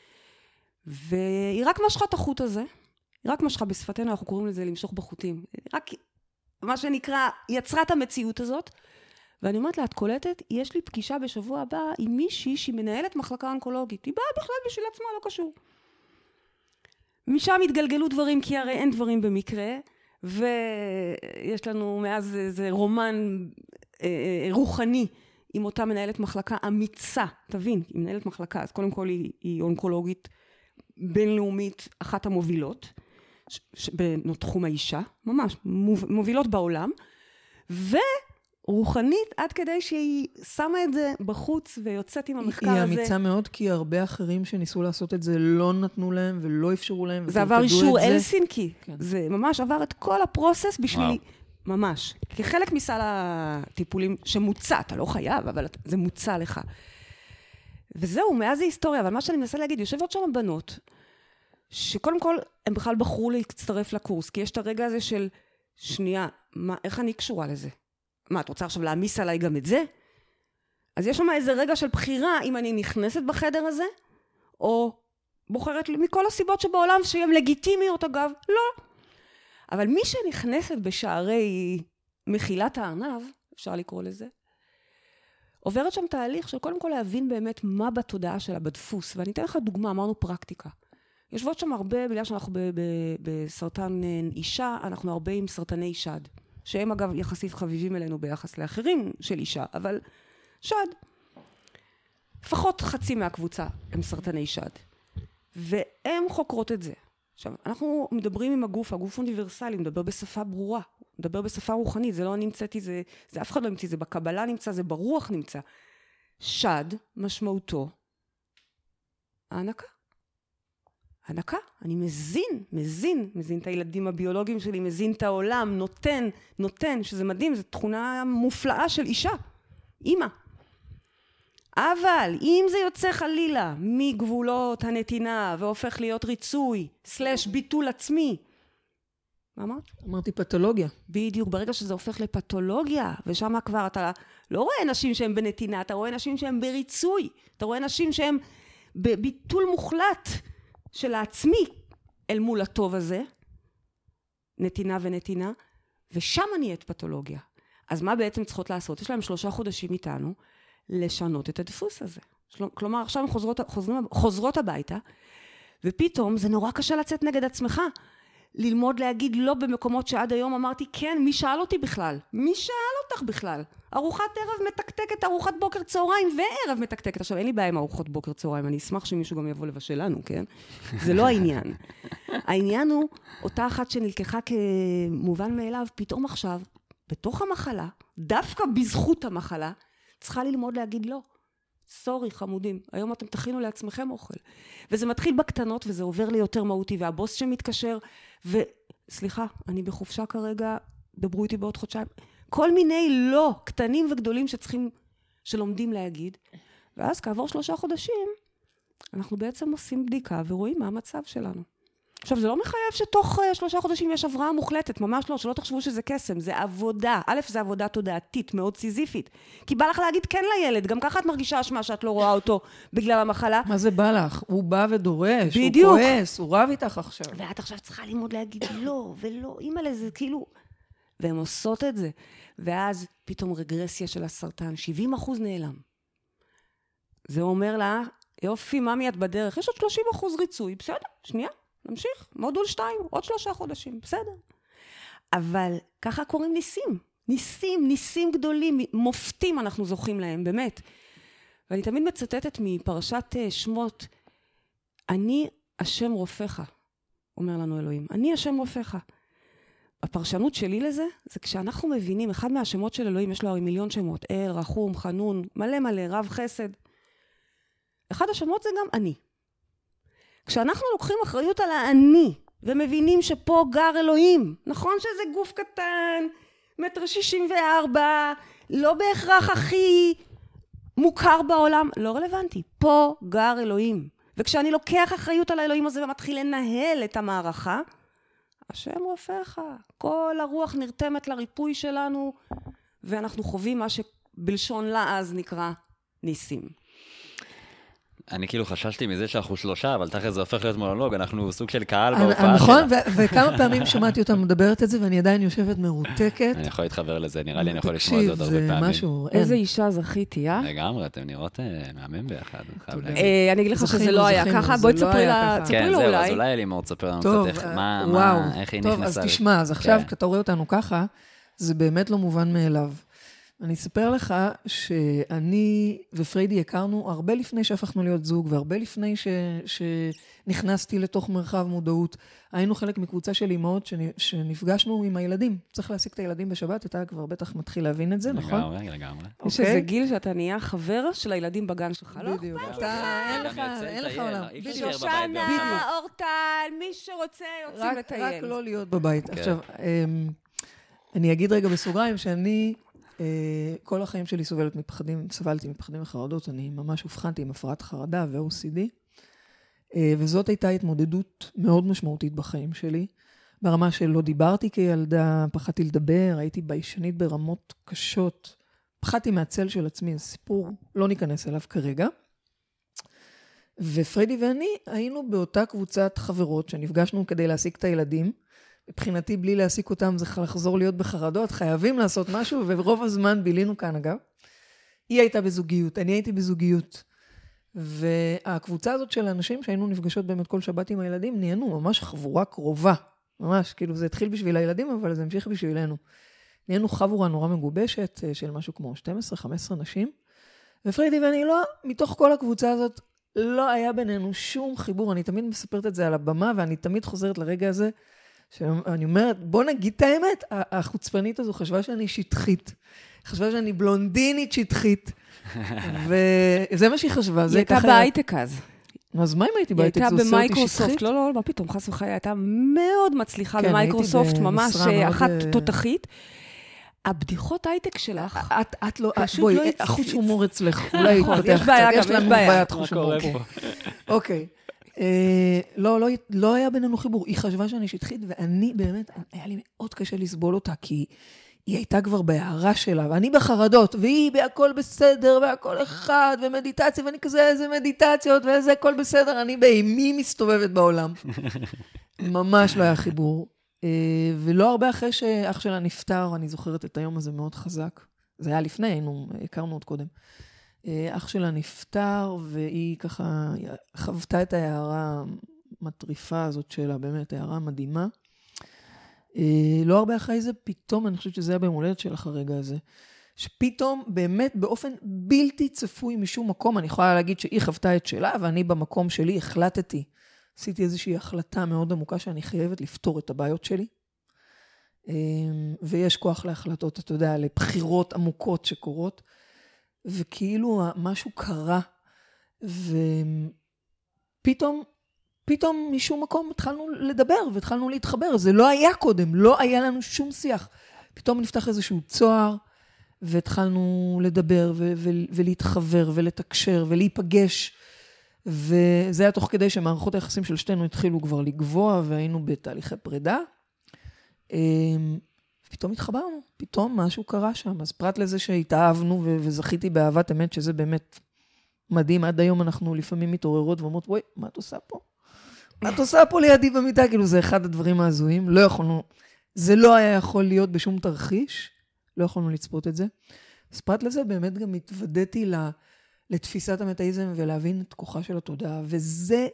והיא רק משכה את החוט הזה, היא רק משכה בשפתנו, אנחנו קוראים לזה למשוך בחוטים. רק מה שנקרא, יצרה את המציאות הזאת, ואני אומרת לה, את קולטת, יש לי פגישה בשבוע הבא עם מישהי שהיא מנהלת מחלקה אונקולוגית. היא באה בכלל בשביל עצמה, לא קשור. משם התגלגלו דברים, כי הרי אין דברים במקרה, ויש לנו מאז איזה רומן אה, רוחני עם אותה מנהלת מחלקה אמיצה. תבין, היא מנהלת מחלקה, אז קודם כל היא, היא אונקולוגית בינלאומית, אחת המובילות, בתחום האישה, ממש, מובילות בעולם, ורוחנית עד כדי שהיא שמה את זה בחוץ ויוצאת עם המחקר הזה. היא אמיצה מאוד, כי הרבה אחרים שניסו לעשות את זה לא נתנו להם ולא אפשרו להם. זה עבר אישור אלסינקי. כן. זה ממש עבר את כל הפרוסס בשביל, וואו. ממש, כחלק מסל הטיפולים שמוצע, אתה לא חייב, אבל זה מוצע לך. וזהו, מאז זה היסטוריה, אבל מה שאני מנסה להגיד, יושבות שם בנות, שקודם כל הם בכלל בחרו להצטרף לקורס, כי יש את הרגע הזה של, שנייה, מה, איך אני קשורה לזה? מה, את רוצה עכשיו להמיס עליי גם את זה? אז יש שם איזה רגע של בחירה, אם אני נכנסת בחדר הזה, או בוחרת מכל הסיבות שבעולם שהן לגיטימיות אגב, לא. אבל מי שנכנסת בשערי מחילת הארנב, אפשר לקרוא לזה, עוברת שם תהליך של קודם כל להבין באמת מה בתודעה שלה, בדפוס. ואני אתן לך דוגמה, אמרנו פרקטיקה. יושבות שם הרבה, בגלל שאנחנו בסרטן אישה, אנחנו הרבה עם סרטני שד, שהם אגב יחסית חביבים אלינו ביחס לאחרים של אישה, אבל שד. לפחות חצי מהקבוצה הם סרטני שד. והם חוקרות את זה. עכשיו, אנחנו מדברים עם הגוף, הגוף אוניברסלי, מדבר בשפה ברורה, מדבר בשפה רוחנית, זה לא נמצאתי, זה, זה אף אחד לא נמצא, זה בקבלה נמצא, זה ברוח נמצא. שד, משמעותו, הענקה. הענקה, אני מזין, מזין, מזין את הילדים הביולוגיים שלי, מזין את העולם, נותן, נותן, שזה מדהים, זו תכונה מופלאה של אישה, אימא. אבל אם זה יוצא חלילה מגבולות הנתינה והופך להיות ריצוי, סלש ביטול עצמי, מה אמרת? אמרתי פתולוגיה. בדיוק, ברגע שזה הופך לפתולוגיה, ושם כבר אתה לא רואה נשים שהם בנתינה, אתה רואה נשים שהם בריצוי, אתה רואה נשים שהם בביטול מוחלט של העצמי אל מול הטוב הזה, נתינה ונתינה, ושם נהיית פתולוגיה. אז מה בעצם צריכות לעשות? יש להם שלושה חודשים איתנו לשנות את הדפוס הזה. כלומר, עכשיו הם חוזרות, חוזרים, חוזרות הביתה, ופתאום זה נורא קשה לצאת נגד עצמך. ללמוד להגיד לא במקומות שעד היום אמרתי, כן, מי שאל אותי בכלל? מי שאל אותך בכלל? ארוחת ערב מתקתקת, ארוחת בוקר צהריים וערב מתקתקת. עכשיו, אין לי בעיה עם ארוחות בוקר צהריים, אני אשמח שמישהו גם יבוא לבשל לנו, כן? זה לא העניין. העניין הוא, אותה אחת שנלקחה כמובן מאליו, פתאום עכשיו, בתוך המחלה, דווקא בזכות המחלה, צריכה ללמוד להגיד לא. סורי, חמודים, היום אתם תכינו לעצמכם אוכל. וזה מתחיל בקטנות, וזה עובר לי יותר מהותי, והבוס שמתקשר, וסליחה, אני בחופשה כרגע, דברו איתי בעוד חודשיים. כל מיני לא, קטנים וגדולים שצריכים, שלומדים להגיד. ואז כעבור שלושה חודשים, אנחנו בעצם עושים בדיקה, ורואים מה המצב שלנו. עכשיו, זה לא מחייב שתוך uh, שלושה חודשים יש הבראה מוחלטת, ממש לא, שלא תחשבו שזה קסם, זה עבודה. א', זה עבודה תודעתית, מאוד סיזיפית. כי בא לך להגיד כן לילד, גם ככה את מרגישה אשמה שאת לא רואה אותו בגלל המחלה. מה זה בא לך? הוא בא ודורש, בדיוק. הוא כועס, הוא רב איתך עכשיו. ואת עכשיו צריכה ללמוד להגיד לא, ולא, אימא לזה, כאילו... והן עושות את זה. ואז פתאום רגרסיה של הסרטן, שבעים אחוז נעלם. זה אומר לה, יופי, ממי את בדרך, יש עוד שלושים אחוז ריצוי, בסדר, שנייה. נמשיך, מודול שתיים, עוד שלושה חודשים, בסדר. אבל ככה קוראים ניסים, ניסים, ניסים גדולים, מופתים אנחנו זוכים להם, באמת. ואני תמיד מצטטת מפרשת שמות, אני השם רופאך, אומר לנו אלוהים, אני השם רופאך. הפרשנות שלי לזה, זה כשאנחנו מבינים, אחד מהשמות של אלוהים, יש לו הרי מיליון שמות, אל, רחום, חנון, מלא מלא, רב חסד. אחד השמות זה גם אני. כשאנחנו לוקחים אחריות על האני, ומבינים שפה גר אלוהים, נכון שזה גוף קטן, מטר שישים וארבע, לא בהכרח הכי מוכר בעולם, לא רלוונטי, פה גר אלוהים. וכשאני לוקח אחריות על האלוהים הזה ומתחיל לנהל את המערכה, השם רופאך, כל הרוח נרתמת לריפוי שלנו, ואנחנו חווים מה שבלשון לעז נקרא ניסים. אני כאילו חששתי מזה שאנחנו שלושה, אבל תכף זה הופך להיות מונולוג, אנחנו סוג של קהל בהופעה. נכון, וכמה פעמים שמעתי אותם מדברת את זה, ואני עדיין יושבת מרותקת. אני יכול להתחבר לזה, נראה לי אני יכול לשמוע את זה עוד הרבה פעמים. תקשיב, זה משהו... איזה אישה זכיתי, אה? לגמרי, אתם נראות מהמם ביחד. אני אגיד לך שזה לא היה ככה, בואי תספרי לו אולי. אז אולי אלימור תספר לנו קצת איך היא נכנסה. טוב, אז תשמע, אז עכשיו, כשאתה רואה אותנו ככה, זה באמת לא מובן מאליו. אני אספר לך שאני ופריידי הכרנו הרבה לפני שהפכנו להיות זוג, והרבה לפני ש... שנכנסתי לתוך מרחב מודעות. היינו חלק מקבוצה של אמהות שנפגשנו עם הילדים. צריך להשיג את הילדים בשבת, אתה כבר בטח מתחיל להבין את זה, נכון? לגמרי, לגמרי. יש איזה גיל שאתה נהיה חבר של הילדים בגן שלך, לא? בדיוק. אין לך, אין לך עולם. שושנה, אורטל, מי שרוצה יוצאים לטייל. רק לא להיות בבית. עכשיו, אני אגיד רגע בסוגריים שאני... כל החיים שלי סובלת מפחדים, סבלתי מפחדים וחרדות, אני ממש הובחנתי עם הפרעת חרדה ו-או סי די, וזאת הייתה התמודדות מאוד משמעותית בחיים שלי, ברמה שלא דיברתי כילדה, פחדתי לדבר, הייתי ביישנית ברמות קשות, פחדתי מהצל של עצמי, זה סיפור, לא ניכנס אליו כרגע, ופריידי ואני היינו באותה קבוצת חברות שנפגשנו כדי להשיג את הילדים, מבחינתי, בלי להסיק אותם, זה לחזור להיות בחרדות, חייבים לעשות משהו, ורוב הזמן בילינו כאן, אגב. היא הייתה בזוגיות, אני הייתי בזוגיות. והקבוצה הזאת של האנשים שהיינו נפגשות באמת כל שבת עם הילדים, נהיינו ממש חבורה קרובה. ממש, כאילו זה התחיל בשביל הילדים, אבל זה המשיך בשבילנו. נהיינו חבורה נורא מגובשת, של משהו כמו שתים עשרה חמש עשרה נשים. ופריידי ואני לא, מתוך כל הקבוצה הזאת, לא היה בינינו שום חיבור. אני תמיד מספרת את זה על הבמה, ואני תמיד חוזרת לרגע הזה, שאני אומרת, בוא נגיד את האמת, החוצפנית הזו חשבה שאני שטחית, חשבה שאני בלונדינית שטחית, וזה מה שהיא חשבה. היא הייתה בהייטק אז. אז מה אם הייתי בהייטק? היא הייתה במייקרוסופט, לא, לא, לא, פתאום, חס וחלילה, הייתה מאוד מצליחה במייקרוסופט, ממש אחת תותחית. הבדיחות הייטק שלך, את לא, בואי, החוץ הומור אצלך, אולי יתפתח קצת, יש לנו בעיית חוץ הומור פה. אוקיי. לא, לא היה בינינו חיבור. היא חשבה שאני שטחית, ואני באמת, היה לי מאוד קשה לסבול אותה, כי היא הייתה כבר בהערה שלה, ואני בחרדות, והיא בהכל בסדר, והכל אחד, ומדיטציה, ואני כזה, איזה מדיטציות, ואיזה הכל בסדר, אני באימי מסתובבת בעולם. ממש לא היה חיבור. ולא הרבה אחרי שאח שלה נפטר, אני זוכרת את היום הזה מאוד חזק. זה היה לפני, היינו, הכרנו עוד קודם. אח שלה נפטר, והיא ככה חוותה את ההערה המטריפה הזאת שלה, באמת, ההערה מדהימה. לא הרבה אחרי זה, פתאום, אני חושבת שזה היה ביום הולדת שלך הרגע הזה, שפתאום באמת באופן בלתי צפוי משום מקום, אני יכולה להגיד שהיא חוותה את שלה, ואני במקום שלי החלטתי, עשיתי איזושהי החלטה מאוד עמוקה שאני חייבת לפתור את הבעיות שלי, ויש כוח להחלטות, אתה יודע, לבחירות עמוקות שקורות, וכאילו משהו קרה, ופתאום, פתאום משום מקום התחלנו לדבר, והתחלנו להתחבר, זה לא היה קודם, לא היה לנו שום שיח. פתאום נפתח איזשהו צוהר, והתחלנו לדבר, ו- ו- ולהתחבר, ולתקשר, ולהיפגש, וזה היה תוך כדי שמערכות היחסים של שתינו התחילו כבר לגבוה, והיינו בתהליכי פרידה, פתאום התחברנו, פתאום משהו קרה שם, אז פרט לזה שהתאהבנו ו- וזכיתי באהבת אמת, שזה באמת מדהים, עד היום אנחנו לפעמים מתעוררות ואומרות, וואי, מה את עושה פה? מה את עושה פה לידי במיטה? כאילו זה אחד הדברים ההזויים, לא יכולנו, זה לא היה יכול להיות בשום תרחיש, לא יכולנו לצפות את זה. אז פרט לזה באמת גם התוודעתי לתפיסת המטאיזם ולהבין את כוחה של התודעה, וזה,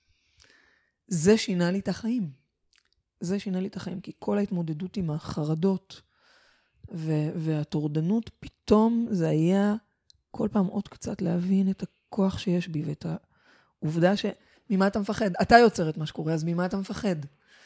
זה שינה לי את החיים. זה שינה לי את החיים, כי כל ההתמודדות עם החרדות ו- והתורדנות, פתאום זה היה כל פעם עוד קצת להבין את הכוח שיש בי, ואת העובדה שממה אתה מפחד? אתה יוצר את מה שקורה, אז ממה אתה מפחד?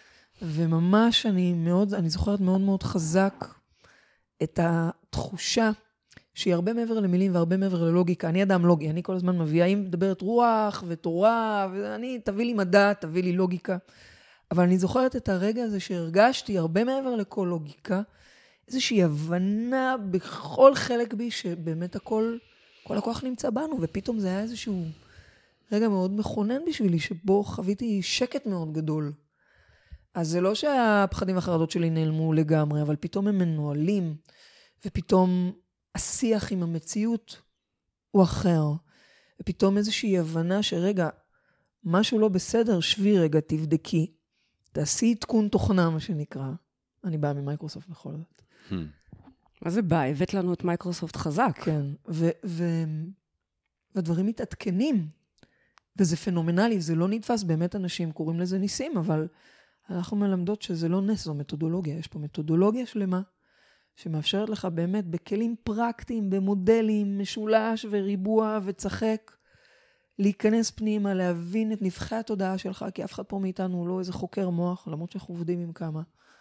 וממש אני מאוד, אני זוכרת מאוד מאוד חזק את התחושה שהיא הרבה מעבר למילים והרבה מעבר ללוגיקה. אני אדם לוגי, אני כל הזמן מביאה, אם מדברת רוח ותורה, ואני, תביא לי מדע, תביא לי לוגיקה. אבל אני זוכרת את הרגע הזה שהרגשתי הרבה מעבר לכל לוגיקה, איזושהי הבנה בכל חלק בי שבאמת הכל, כל הכוח נמצא בנו, ופתאום זה היה איזשהו רגע מאוד מכונן בשבילי, שבו חוויתי שקט מאוד גדול. אז זה לא שהפחדים והחרדות שלי נעלמו לגמרי, אבל פתאום הם מנוהלים, ופתאום השיח עם המציאות הוא אחר. ופתאום איזושהי הבנה שרגע, משהו לא בסדר, שבי רגע, תבדקי. תעשי עדכון תוכנה, מה שנקרא. אני באה ממייקרוסופט בכל זאת. מה זה בא? הבאת לנו את מייקרוסופט חזק. כן, ו- ו- והדברים מתעדכנים, וזה פנומנלי, זה לא נתפס, באמת אנשים קוראים לזה ניסים, אבל אנחנו מלמדות שזה לא נס, זו מתודולוגיה. יש פה מתודולוגיה שלמה, שמאפשרת לך באמת בכלים פרקטיים, במודלים, משולש וריבוע וצחק, להיכנס פנימה, להבין את נבחי התודעה שלך, כי אף אחד פה מאיתנו הוא לא איזה חוקר מוח, למרות שאנחנו עובדים עם כמה.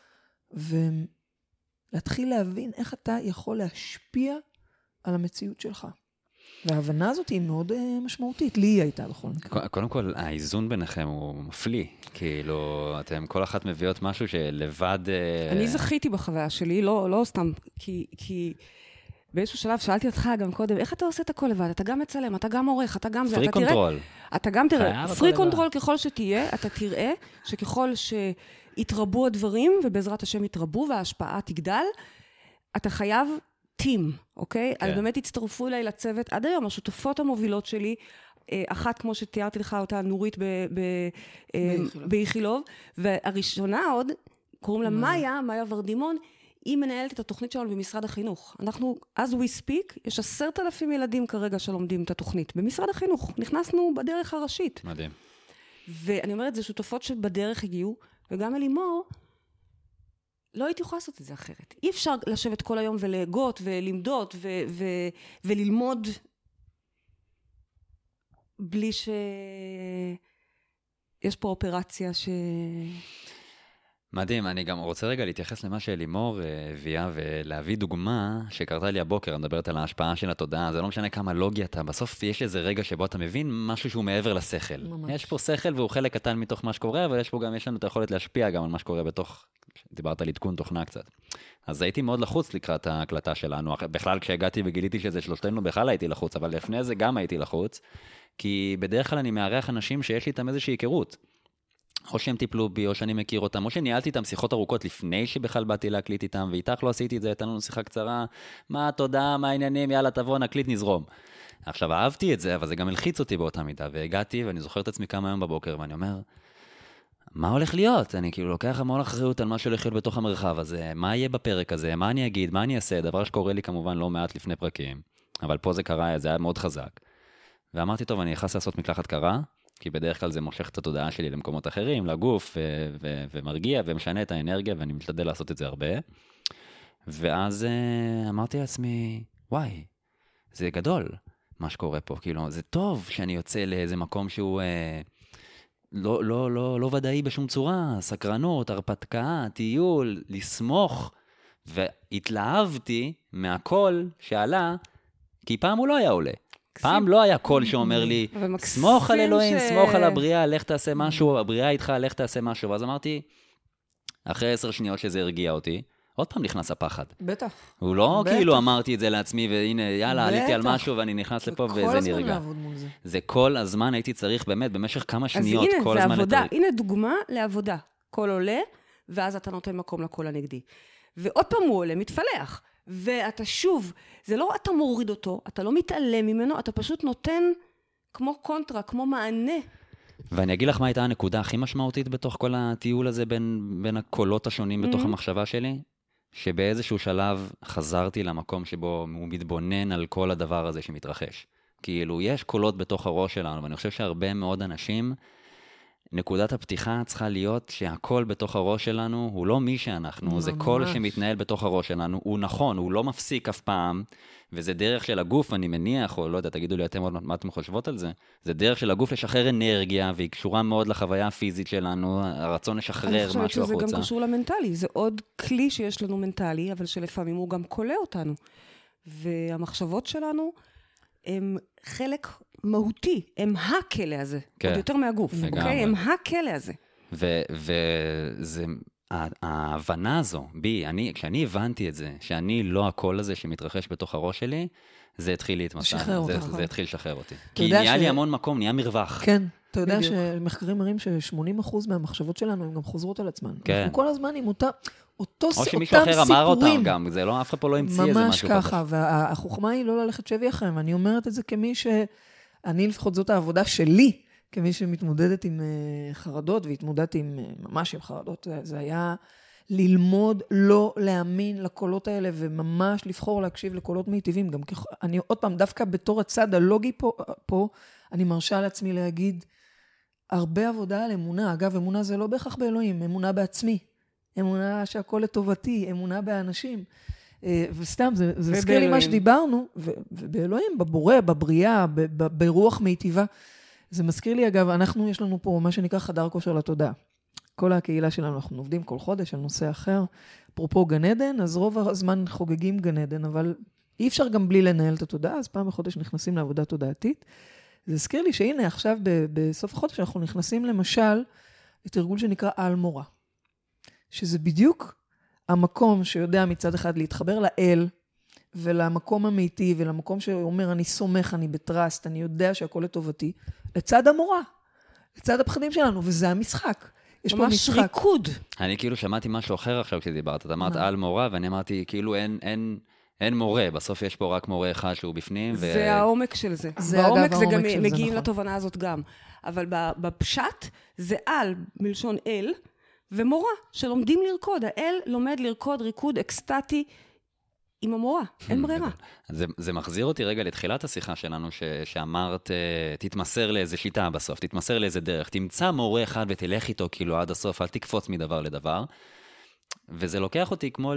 ולהתחיל להבין איך אתה יכול להשפיע על המציאות שלך. וההבנה הזאת היא מאוד משמעותית, לי היא הייתה בכל מקרה. קודם כל, האיזון ביניכם הוא מפליא. כאילו, אתם כל אחת מביאות משהו שלבד... אני זכיתי בחוויה שלי, לא, לא סתם, כי... כי... באיזשהו שלב שאלתי אותך גם קודם, איך אתה עושה את הכל לבד? אתה גם מצלם, אתה גם עורך, אתה גם... פרי קונטרול. אתה גם תראה, פרי קונטרול ככל שתהיה, אתה תראה שככל שיתרבו הדברים, ובעזרת השם יתרבו, וההשפעה תגדל, אתה חייב טים, אוקיי? אז באמת הצטרפו אליי לצוות, עד היום, השותפות המובילות שלי, אחת כמו שתיארתי לך אותה, נורית באיכילוב, והראשונה עוד, קוראים לה מאיה, מאיה ורדימון, היא מנהלת את התוכנית שלנו במשרד החינוך. אנחנו, as we speak, יש עשרת אלפים ילדים כרגע שלומדים את התוכנית. במשרד החינוך, נכנסנו בדרך הראשית. מדהים. ואני אומרת, זה שותפות שבדרך הגיעו, וגם אלימור, לא הייתי יכולה לעשות את זה אחרת. אי אפשר לשבת כל היום ולהגות ולמדות ו- ו- וללמוד בלי ש... יש פה אופרציה ש... מדהים, אני גם רוצה רגע להתייחס למה שאלימור הביאה, ולהביא דוגמה שקרתה לי הבוקר, אני מדברת על ההשפעה של התודעה, זה לא משנה כמה לוגי אתה, בסוף יש איזה רגע שבו אתה מבין משהו שהוא מעבר לשכל. ממש. יש פה שכל והוא חלק קטן מתוך מה שקורה, אבל יש פה גם, יש לנו את היכולת להשפיע גם על מה שקורה בתוך, דיברת על עדכון תוכנה קצת. אז הייתי מאוד לחוץ לקראת ההקלטה שלנו, בכלל כשהגעתי וגיליתי שזה שלושתנו בכלל הייתי לחוץ, אבל לפני זה גם הייתי לחוץ, כי בדרך כלל אני מארח אנשים שיש לי איתם איזושהי היכרות. או שהם טיפלו בי, או שאני מכיר אותם, או שניהלתי איתם שיחות ארוכות לפני שבכלל באתי להקליט איתם, ואיתך לא עשיתי את זה, הייתה לנו שיחה קצרה, מה, תודה, מה העניינים, יאללה, תבוא, נקליט, נזרום. עכשיו, אהבתי את זה, אבל זה גם הלחיץ אותי באותה מידה, והגעתי, ואני זוכר את עצמי כמה יום בבוקר, ואני אומר, מה הולך להיות? אני כאילו לוקח המון אחריות על מה שהולך להיות בתוך המרחב הזה, מה יהיה בפרק הזה, מה אני אגיד, מה אני אעשה, דבר שקורה לי כמובן לא מעט לפני פרקים, אבל פה זה קרה, זה היה מאוד חזק. ואמרתי, טוב, אני נכנס לעשות מקלחת קרה, כי בדרך כלל זה מושך את התודעה שלי למקומות אחרים, לגוף, ו- ו- ומרגיע, ומשנה את האנרגיה, ואני משתדל לעשות את זה הרבה. ואז uh, אמרתי לעצמי, וואי, זה גדול, מה שקורה פה, כאילו, זה טוב שאני יוצא לאיזה מקום שהוא uh, לא, לא, לא, לא ודאי בשום צורה, סקרנות, הרפתקה, טיול, לסמוך, והתלהבתי מהכל שעלה, כי פעם הוא לא היה עולה. פעם לא היה קול שאומר לי, סמוך על אלוהים, סמוך על הבריאה, לך תעשה משהו, הבריאה איתך, לך תעשה משהו. ואז אמרתי, אחרי עשר שניות שזה הרגיע אותי, עוד פעם נכנס הפחד. בטח. הוא לא כאילו אמרתי את זה לעצמי, והנה, יאללה, עליתי על משהו ואני נכנס לפה וזה נרגע. כל הזמן לעבוד מול זה. זה כל הזמן הייתי צריך באמת, במשך כמה שניות, כל הזמן לתרג. הנה דוגמה לעבודה. קול עולה, ואז אתה נותן מקום לקול הנגדי. ועוד פעם הוא עולה, מתפלח. ואתה שוב, זה לא אתה מוריד אותו, אתה לא מתעלם ממנו, אתה פשוט נותן כמו קונטרה, כמו מענה. ואני אגיד לך מה הייתה הנקודה הכי משמעותית בתוך כל הטיול הזה בין, בין הקולות השונים בתוך mm-hmm. המחשבה שלי, שבאיזשהו שלב חזרתי למקום שבו הוא מתבונן על כל הדבר הזה שמתרחש. כאילו, יש קולות בתוך הראש שלנו, ואני חושב שהרבה מאוד אנשים, נקודת הפתיחה צריכה להיות שהכל בתוך הראש שלנו הוא לא מי שאנחנו, ממש. זה קול שמתנהל בתוך הראש שלנו, הוא נכון, הוא לא מפסיק אף פעם, וזה דרך של הגוף, אני מניח, או לא יודע, תגידו לי אתם עוד מה אתם חושבות על זה, זה דרך של הגוף לשחרר אנרגיה, והיא קשורה מאוד לחוויה הפיזית שלנו, הרצון לשחרר משהו החוצה. אני חושבת שזה גם קשור למנטלי, זה עוד כלי שיש לנו מנטלי, אבל שלפעמים הוא גם קולה אותנו. והמחשבות שלנו הם חלק מהותי, הם הכלא הזה, כן. עוד יותר מהגוף, אוקיי? הם הכלא הזה. וזה, ההבנה הזו, בי, אני, כשאני הבנתי את זה, שאני לא הקול הזה שמתרחש בתוך הראש שלי, זה התחיל להתמסע, זה, זה התחיל לשחרר אותי. כי נהיה ש... לי המון מקום, נהיה מרווח. כן, אתה יודע שמחקרים מראים ש-שמונים אחוז מהמחשבות שלנו, הן גם חוזרות על עצמן. כן. אנחנו כל הזמן עם אותה... אותו, או שמישהו אחר אמר אותם גם, זה לא, אף אחד פה לא המציא איזה משהו. ממש ככה, והחוכמה היא לא ללכת שבי אחריהם, ואני אומרת את זה כמי ש... אני לפחות זאת העבודה שלי, כמי שמתמודדת עם חרדות, והתמודדתי עם, ממש עם חרדות, זה היה ללמוד לא להאמין לקולות האלה, וממש לבחור להקשיב לקולות מיטיבים. גם כ... אני עוד פעם, דווקא בתור הצד הלוגי פה, פה, אני מרשה לעצמי להגיד, הרבה עבודה על אמונה. אגב, אמונה זה לא בהכרח באלוהים, אמונה בעצמי. אמונה שהכל לטובתי, אמונה באנשים. וסתם, זה, זה זכיר לי מה שדיברנו, ובאלוהים, בבורא, בבריאה, ברוח מיטיבה. זה מזכיר לי, אגב, אנחנו, יש לנו פה מה שנקרא חדר כושר לתודעה. כל הקהילה שלנו, אנחנו עובדים כל חודש על נושא אחר. אפרופו גן עדן, אז רוב הזמן חוגגים גן עדן, אבל אי אפשר גם בלי לנהל את התודעה, אז פעם בחודש נכנסים לעבודה תודעתית. זה הזכיר לי שהנה, עכשיו בסוף החודש, אנחנו נכנסים למשל לתרגול שנקרא על מורה. שזה בדיוק המקום שיודע מצד אחד להתחבר לאל, ולמקום המיתי, ולמקום שאומר, אני סומך, אני בטרסט, אני יודע שהכל לטובתי, לצד המורה, לצד הפחדים שלנו, וזה המשחק. יש פה משחק. ריקוד. אני כאילו שמעתי משהו אחר עכשיו כשדיברת, את אמרת על מורה, ואני אמרתי, כאילו אין, אין, אין מורה, בסוף יש פה רק מורה אחד שהוא בפנים. ו... זה העומק של זה. זה בעומק זה גם מגיעים לתובנה הזאת גם. אבל בפשט זה על מלשון אל, ומורה שלומדים לרקוד. האל לומד לרקוד ריקוד אקסטטי עם המורה, אין ברירה. זה, זה מחזיר אותי רגע לתחילת השיחה שלנו, ש, שאמרת, תתמסר לאיזה שיטה בסוף, תתמסר לאיזה דרך, תמצא מורה אחד ותלך איתו כאילו עד הסוף, אל תקפוץ מדבר לדבר. וזה לוקח אותי כמו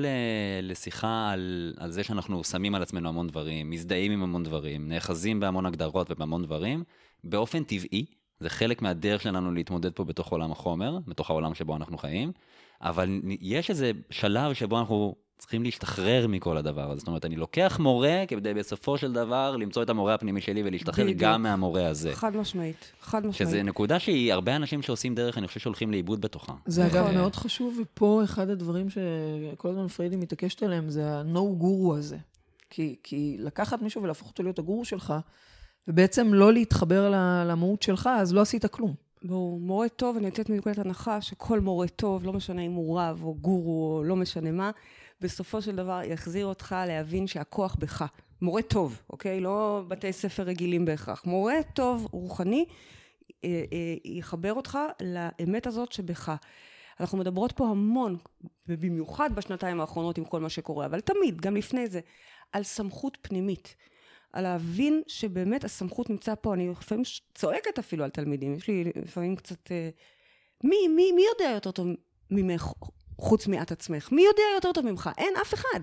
לשיחה על, על זה שאנחנו שמים על עצמנו המון דברים, מזדהים עם המון דברים, נאחזים בהמון הגדרות ובהמון דברים, באופן טבעי, זה חלק מהדרך שלנו להתמודד פה בתוך עולם החומר, בתוך העולם שבו אנחנו חיים, אבל יש איזה שלב שבו אנחנו צריכים להשתחרר מכל הדבר הזה. זאת אומרת, אני לוקח מורה כדי בסופו של דבר למצוא את המורה הפנימי שלי ולהשתחרר בדיוק. גם מהמורה הזה. חד משמעית, חד משמעית. שזה נקודה שהיא, הרבה אנשים שעושים דרך, אני חושב שהולכים לאיבוד בתוכה. זה אגב מאוד חשוב, ופה אחד הדברים שכל הזמן פריידי מתעקשת עליהם, זה ה-no גורו הזה. כי, כי לקחת מישהו ולהפוך אותו להיות הגורו שלך, ובעצם לא להתחבר למהות שלך, אז לא עשית כלום. בואו, מורה טוב, אני יוצאת מנקודת הנחה שכל מורה טוב, לא משנה אם הוא רב או גורו או לא משנה מה, בסופו של דבר יחזיר אותך להבין שהכוח בך. מורה טוב, אוקיי? לא בתי ספר רגילים בהכרח. מורה טוב, רוחני, אה, אה, יחבר אותך לאמת הזאת שבך. אנחנו מדברות פה המון, ובמיוחד בשנתיים האחרונות עם כל מה שקורה, אבל תמיד, גם לפני זה, על סמכות פנימית. על להבין שבאמת הסמכות נמצא פה. אני לפעמים צועקת אפילו על תלמידים. יש לי לפעמים קצת... מי, מי, מי יודע יותר טוב ממך, חוץ מעט עצמך? מי יודע יותר טוב ממך? אין אף אחד.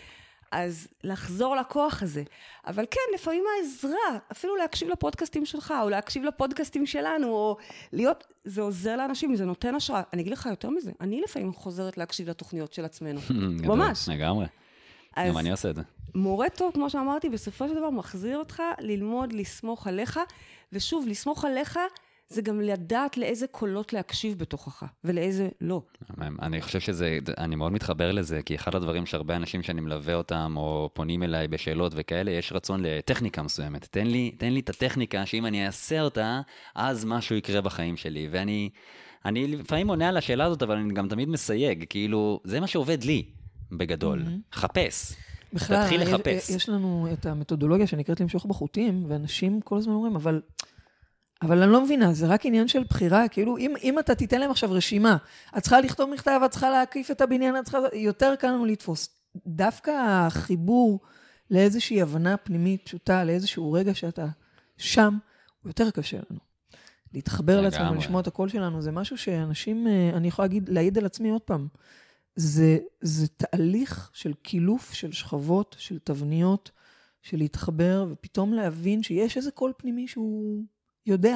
אז לחזור לכוח הזה. אבל כן, לפעמים העזרה, אפילו להקשיב לפודקאסטים שלך, או להקשיב לפודקאסטים שלנו, או להיות... זה עוזר לאנשים, זה נותן השראה. אני אגיד לך יותר מזה. אני לפעמים חוזרת להקשיב לתוכניות של עצמנו. ממש. לגמרי. גם אני עושה את זה. מורה טוב, כמו שאמרתי, בסופו של דבר מחזיר אותך ללמוד, לסמוך עליך, ושוב, לסמוך עליך זה גם לדעת לאיזה קולות להקשיב בתוכך, ולאיזה לא. אני חושב שזה, אני מאוד מתחבר לזה, כי אחד הדברים שהרבה אנשים שאני מלווה אותם, או פונים אליי בשאלות וכאלה, יש רצון לטכניקה מסוימת. תן לי, תן לי את הטכניקה, שאם אני אעשה אותה, אז משהו יקרה בחיים שלי. ואני, אני לפעמים עונה על השאלה הזאת, אבל אני גם תמיד מסייג, כאילו, זה מה שעובד לי, בגדול. חפש. בכלל, תתחיל לחפש. יש לנו את המתודולוגיה שנקראת למשוך בחוטים, ואנשים כל הזמן אומרים, אבל, אבל אני לא מבינה, זה רק עניין של בחירה, כאילו, אם, אם אתה תיתן להם עכשיו רשימה, את צריכה לכתוב מכתב, את צריכה להקיף את הבניין, את צריכה, יותר קל לנו לתפוס. דווקא החיבור לאיזושהי הבנה פנימית פשוטה, לאיזשהו רגע שאתה שם, הוא יותר קשה לנו. להתחבר לעצמנו, לשמוע את הקול שלנו, זה משהו שאנשים, אני יכולה להגיד, להעיד על עצמי עוד פעם, זה, זה תהליך של קילוף, של שכבות, של תבניות, של להתחבר, ופתאום להבין שיש איזה קול פנימי שהוא יודע.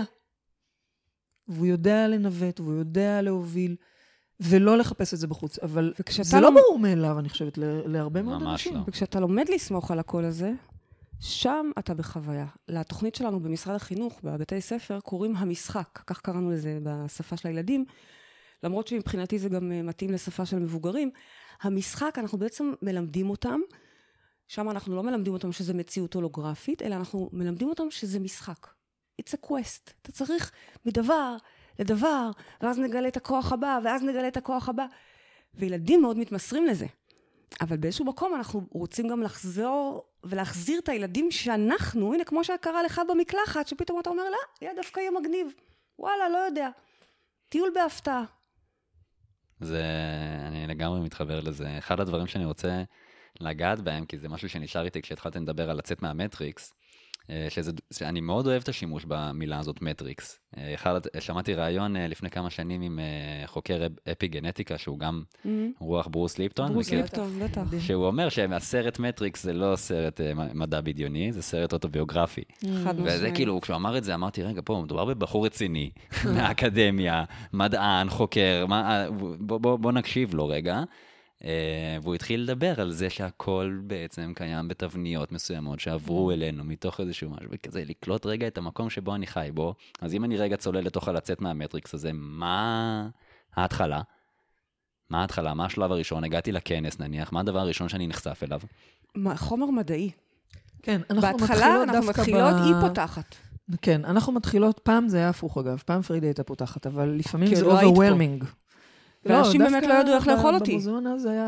והוא יודע לנווט, והוא יודע להוביל, ולא לחפש את זה בחוץ. אבל זה לא ברור מאליו, אני חושבת, להרבה מאוד אנשים. לא. וכשאתה לומד לסמוך על הקול הזה, שם אתה בחוויה. לתוכנית שלנו במשרד החינוך, בבתי ספר, קוראים המשחק. כך קראנו לזה בשפה של הילדים. למרות שמבחינתי זה גם מתאים לשפה של מבוגרים, המשחק, אנחנו בעצם מלמדים אותם, שם אנחנו לא מלמדים אותם שזה מציאות הולוגרפית, אלא אנחנו מלמדים אותם שזה משחק. It's a quest. אתה צריך מדבר לדבר, ואז נגלה את הכוח הבא, ואז נגלה את הכוח הבא. וילדים מאוד מתמסרים לזה. אבל באיזשהו מקום אנחנו רוצים גם לחזור ולהחזיר את הילדים שאנחנו, הנה כמו שקרה לך במקלחת, שפתאום אתה אומר, לא, יא דווקא יהיה מגניב. וואלה, לא יודע. טיול בהפתעה. זה, אני לגמרי מתחבר לזה. אחד הדברים שאני רוצה לגעת בהם, כי זה משהו שנשאר איתי כשהתחלתי לדבר על לצאת מהמטריקס, שזה, שאני מאוד אוהב את השימוש במילה הזאת, מטריקס. אחד, שמעתי רעיון לפני כמה שנים עם חוקר אפיגנטיקה, שהוא גם mm-hmm. רוח ברוס ליפטון. ברוס ליפטון, בטח. שהוא אומר שהסרט מטריקס זה לא סרט מדע בדיוני, זה סרט אוטוביוגרפי. Mm-hmm. וזה כאילו, כשהוא אמר את זה, אמרתי, רגע, פה, מדובר בבחור רציני, מהאקדמיה, מדען, חוקר, מה, בוא, בוא, בוא נקשיב לו רגע. והוא התחיל לדבר על זה שהכל בעצם קיים בתבניות מסוימות שעברו אלינו מתוך איזשהו משהו, וכזה לקלוט רגע את המקום שבו אני חי בו. אז אם אני רגע צולל לתוך לצאת מהמטריקס הזה, מה ההתחלה? מה ההתחלה? מה השלב הראשון? הגעתי לכנס נניח, מה הדבר הראשון שאני נחשף אליו? חומר מדעי. כן, אנחנו בהתחלה אנחנו מתחילות, היא פותחת. כן, אנחנו מתחילות, פעם זה היה הפוך אגב, פעם פרידה הייתה פותחת, אבל לפעמים זה overwhelming. ואנשים באמת לא ידעו איך לאכול אותי. במוזיאון אז היה...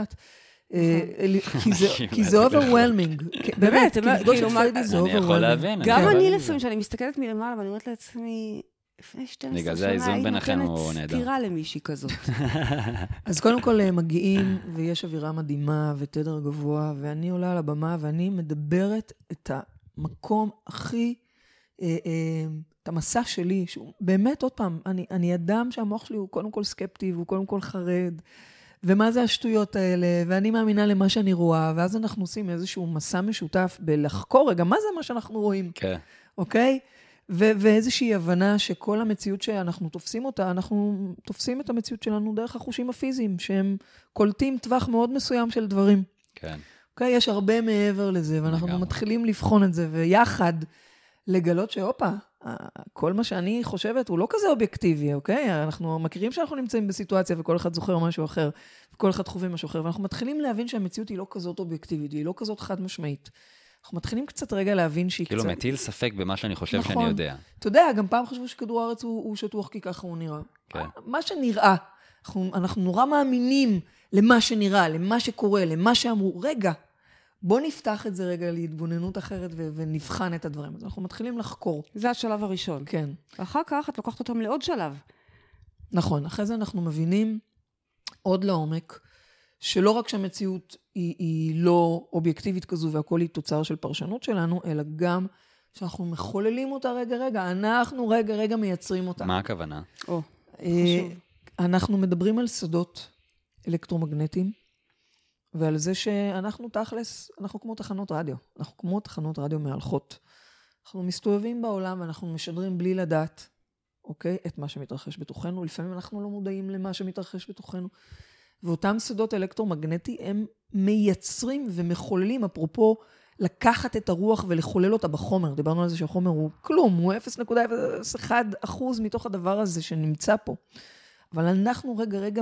כי זה overwhelming. באמת, כי לפגוש את פרידי זה overwhelming. גם אני לפעמים, שאני מסתכלת מלמעלה, ואני אומרת לעצמי, לפני שתים עשרה שנה, היא נותנת סתירה למישהי כזאת. אז קודם כל מגיעים, ויש אווירה מדהימה, ותדר גבוה, ואני עולה על הבמה, ואני מדברת את המקום הכי... את המסע שלי, שהוא באמת, עוד פעם, אני, אני אדם שהמוח שלי הוא קודם כל סקפטי, והוא קודם כל חרד, ומה זה השטויות האלה, ואני מאמינה למה שאני רואה, ואז אנחנו עושים איזשהו מסע משותף בלחקור, רגע, מה זה מה שאנחנו רואים? כן. אוקיי? ו- ואיזושהי הבנה שכל המציאות שאנחנו תופסים אותה, אנחנו תופסים את המציאות שלנו דרך החושים הפיזיים, שהם קולטים טווח מאוד מסוים של דברים. כן. אוקיי? יש הרבה מעבר לזה, ואנחנו גם מתחילים לבחון את זה, ויחד לגלות שאופה, כל מה שאני חושבת הוא לא כזה אובייקטיבי, אוקיי? אנחנו מכירים שאנחנו נמצאים בסיטואציה וכל אחד זוכר משהו אחר, וכל אחד חווה משהו אחר, ואנחנו מתחילים להבין שהמציאות היא לא כזאת אובייקטיבית, היא לא כזאת חד משמעית. אנחנו מתחילים קצת רגע להבין שהיא כאילו קצת... מטיל ספק במה שאני חושב נכון. שאני יודע. אתה יודע, גם פעם חשבו שכדור הארץ הוא, הוא שטוח כי ככה הוא נראה. כן. מה שנראה, אנחנו, אנחנו נורא מאמינים למה שנראה, למה שקורה, למה שאמרו. רגע, בוא נפתח את זה רגע להתבוננות אחרת ו- ונבחן את הדברים. אז אנחנו מתחילים לחקור. זה השלב הראשון. כן. אחר כך את לוקחת אותם לעוד שלב. נכון, אחרי זה אנחנו מבינים עוד לעומק, שלא רק שהמציאות היא, היא לא אובייקטיבית כזו והכל היא תוצר של פרשנות שלנו, אלא גם שאנחנו מחוללים אותה רגע רגע, אנחנו רגע רגע מייצרים אותה. מה הכוונה? או, אה, אנחנו מדברים על שדות אלקטרומגנטיים, ועל זה שאנחנו תכלס, אנחנו כמו תחנות רדיו, אנחנו כמו תחנות רדיו מהלכות. אנחנו מסתובבים בעולם ואנחנו משדרים בלי לדעת, אוקיי? את מה שמתרחש בתוכנו, לפעמים אנחנו לא מודעים למה שמתרחש בתוכנו. ואותם שדות אלקטרומגנטי הם מייצרים ומחוללים, אפרופו לקחת את הרוח ולחולל אותה בחומר. דיברנו על זה שהחומר הוא כלום, הוא אפס נקודה אפס אחת אחוז מתוך הדבר הזה שנמצא פה. אבל אנחנו רגע רגע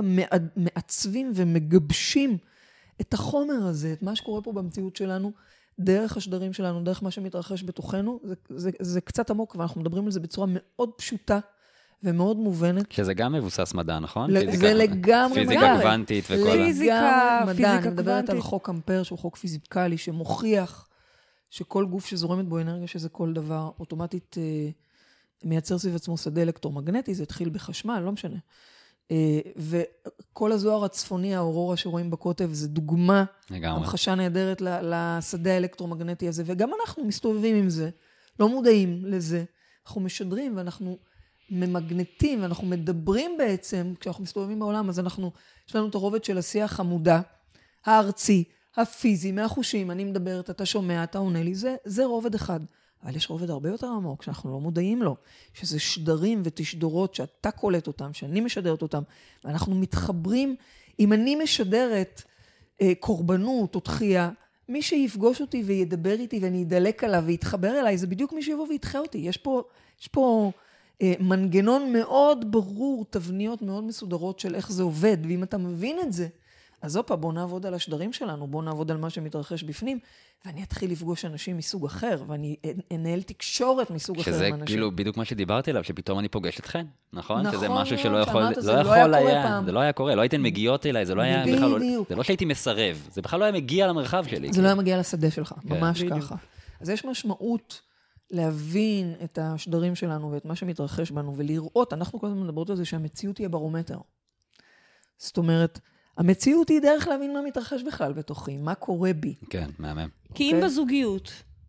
מעצבים ומגבשים את החומר הזה, את מה שקורה פה במציאות שלנו, דרך השדרים שלנו, דרך מה שמתרחש בתוכנו. זה, זה, זה קצת עמוק, ואנחנו מדברים על זה בצורה מאוד פשוטה, ומאוד מובנת. שזה גם מבוסס מדע, נכון? זה פיזיקה, לגמרי פיזיקה מדע. קוונטית וכל ה... פיזיקה, מדע. פיזיקה אני מדברת קוונטית. על חוק אמפר, שהוא חוק פיזיקלי, שמוכיח שכל גוף שזורמת בו אנרגיה, שזה כל דבר, אוטומטית אה, מייצר סביב עצמו שדה אלקטרומגנטי, זה התחיל בחשמל, לא משנה. אה, וכל הזוהר הצפוני, האורורה שרואים בקוטב, זה דוגמה, לגמרי. המחשה נהדרת לשדה האלקטרומגנטי הזה, וגם אנחנו מסתובבים עם זה, לא מודעים לזה. אנחנו משדרים ואנחנו ממגנטים, ואנחנו מדברים בעצם, כשאנחנו מסתובבים בעולם, אז אנחנו, יש לנו את הרובד של השיח המודע, הארצי, הפיזי, מהחושים, אני מדברת, אתה שומע, אתה עונה לי, זה, זה רובד אחד. אבל יש רובד הרבה יותר עמוק, שאנחנו לא מודעים לו, שזה שדרים ותשדורות שאתה קולט אותם, שאני משדרת אותם, ואנחנו מתחברים, אם אני משדרת אה, קורבנות או תחייה, מי שיפגוש אותי וידבר איתי ואני אדלק עליו ויתחבר אליי, זה בדיוק מי שיבוא ויתחה אותי. יש פה, יש פה אה, מנגנון מאוד ברור, תבניות מאוד מסודרות של איך זה עובד, ואם אתה מבין את זה, אז אופה, בוא נעבוד על השדרים שלנו, בוא נעבוד על מה שמתרחש בפנים, ואני אתחיל לפגוש אנשים מסוג אחר, ואני אנהל תקשורת מסוג אחר עם אנשים. שזה כאילו בדיוק מה שדיברתי עליו, שפתאום אני פוגש אתכן, נכון? נכון, שזה משהו שלא שאמרת, יכול, זה לא לא היה יכול קורה היה, פעם. זה לא היה קורה, לא הייתן מגיעות אליי, זה לא היה בכלל, בדיוק. זה לא שהייתי מסרב, זה בכלל לא היה מגיע למרחב שלי. זה לא היה מגיע לשדה שלך, כן. ממש בדיוק. ככה. אז יש משמעות להבין את השדרים שלנו ואת מה שמתרחש בנו, ולראות, אנחנו כל הזמן מדברות על זה שהמציאות היא הברומטר. זאת אומרת, המציאות היא דרך להבין מה מתרחש בכלל בתוכי, מה קורה בי. כן, מהמם. כי אם אוקיי. בזוגיות,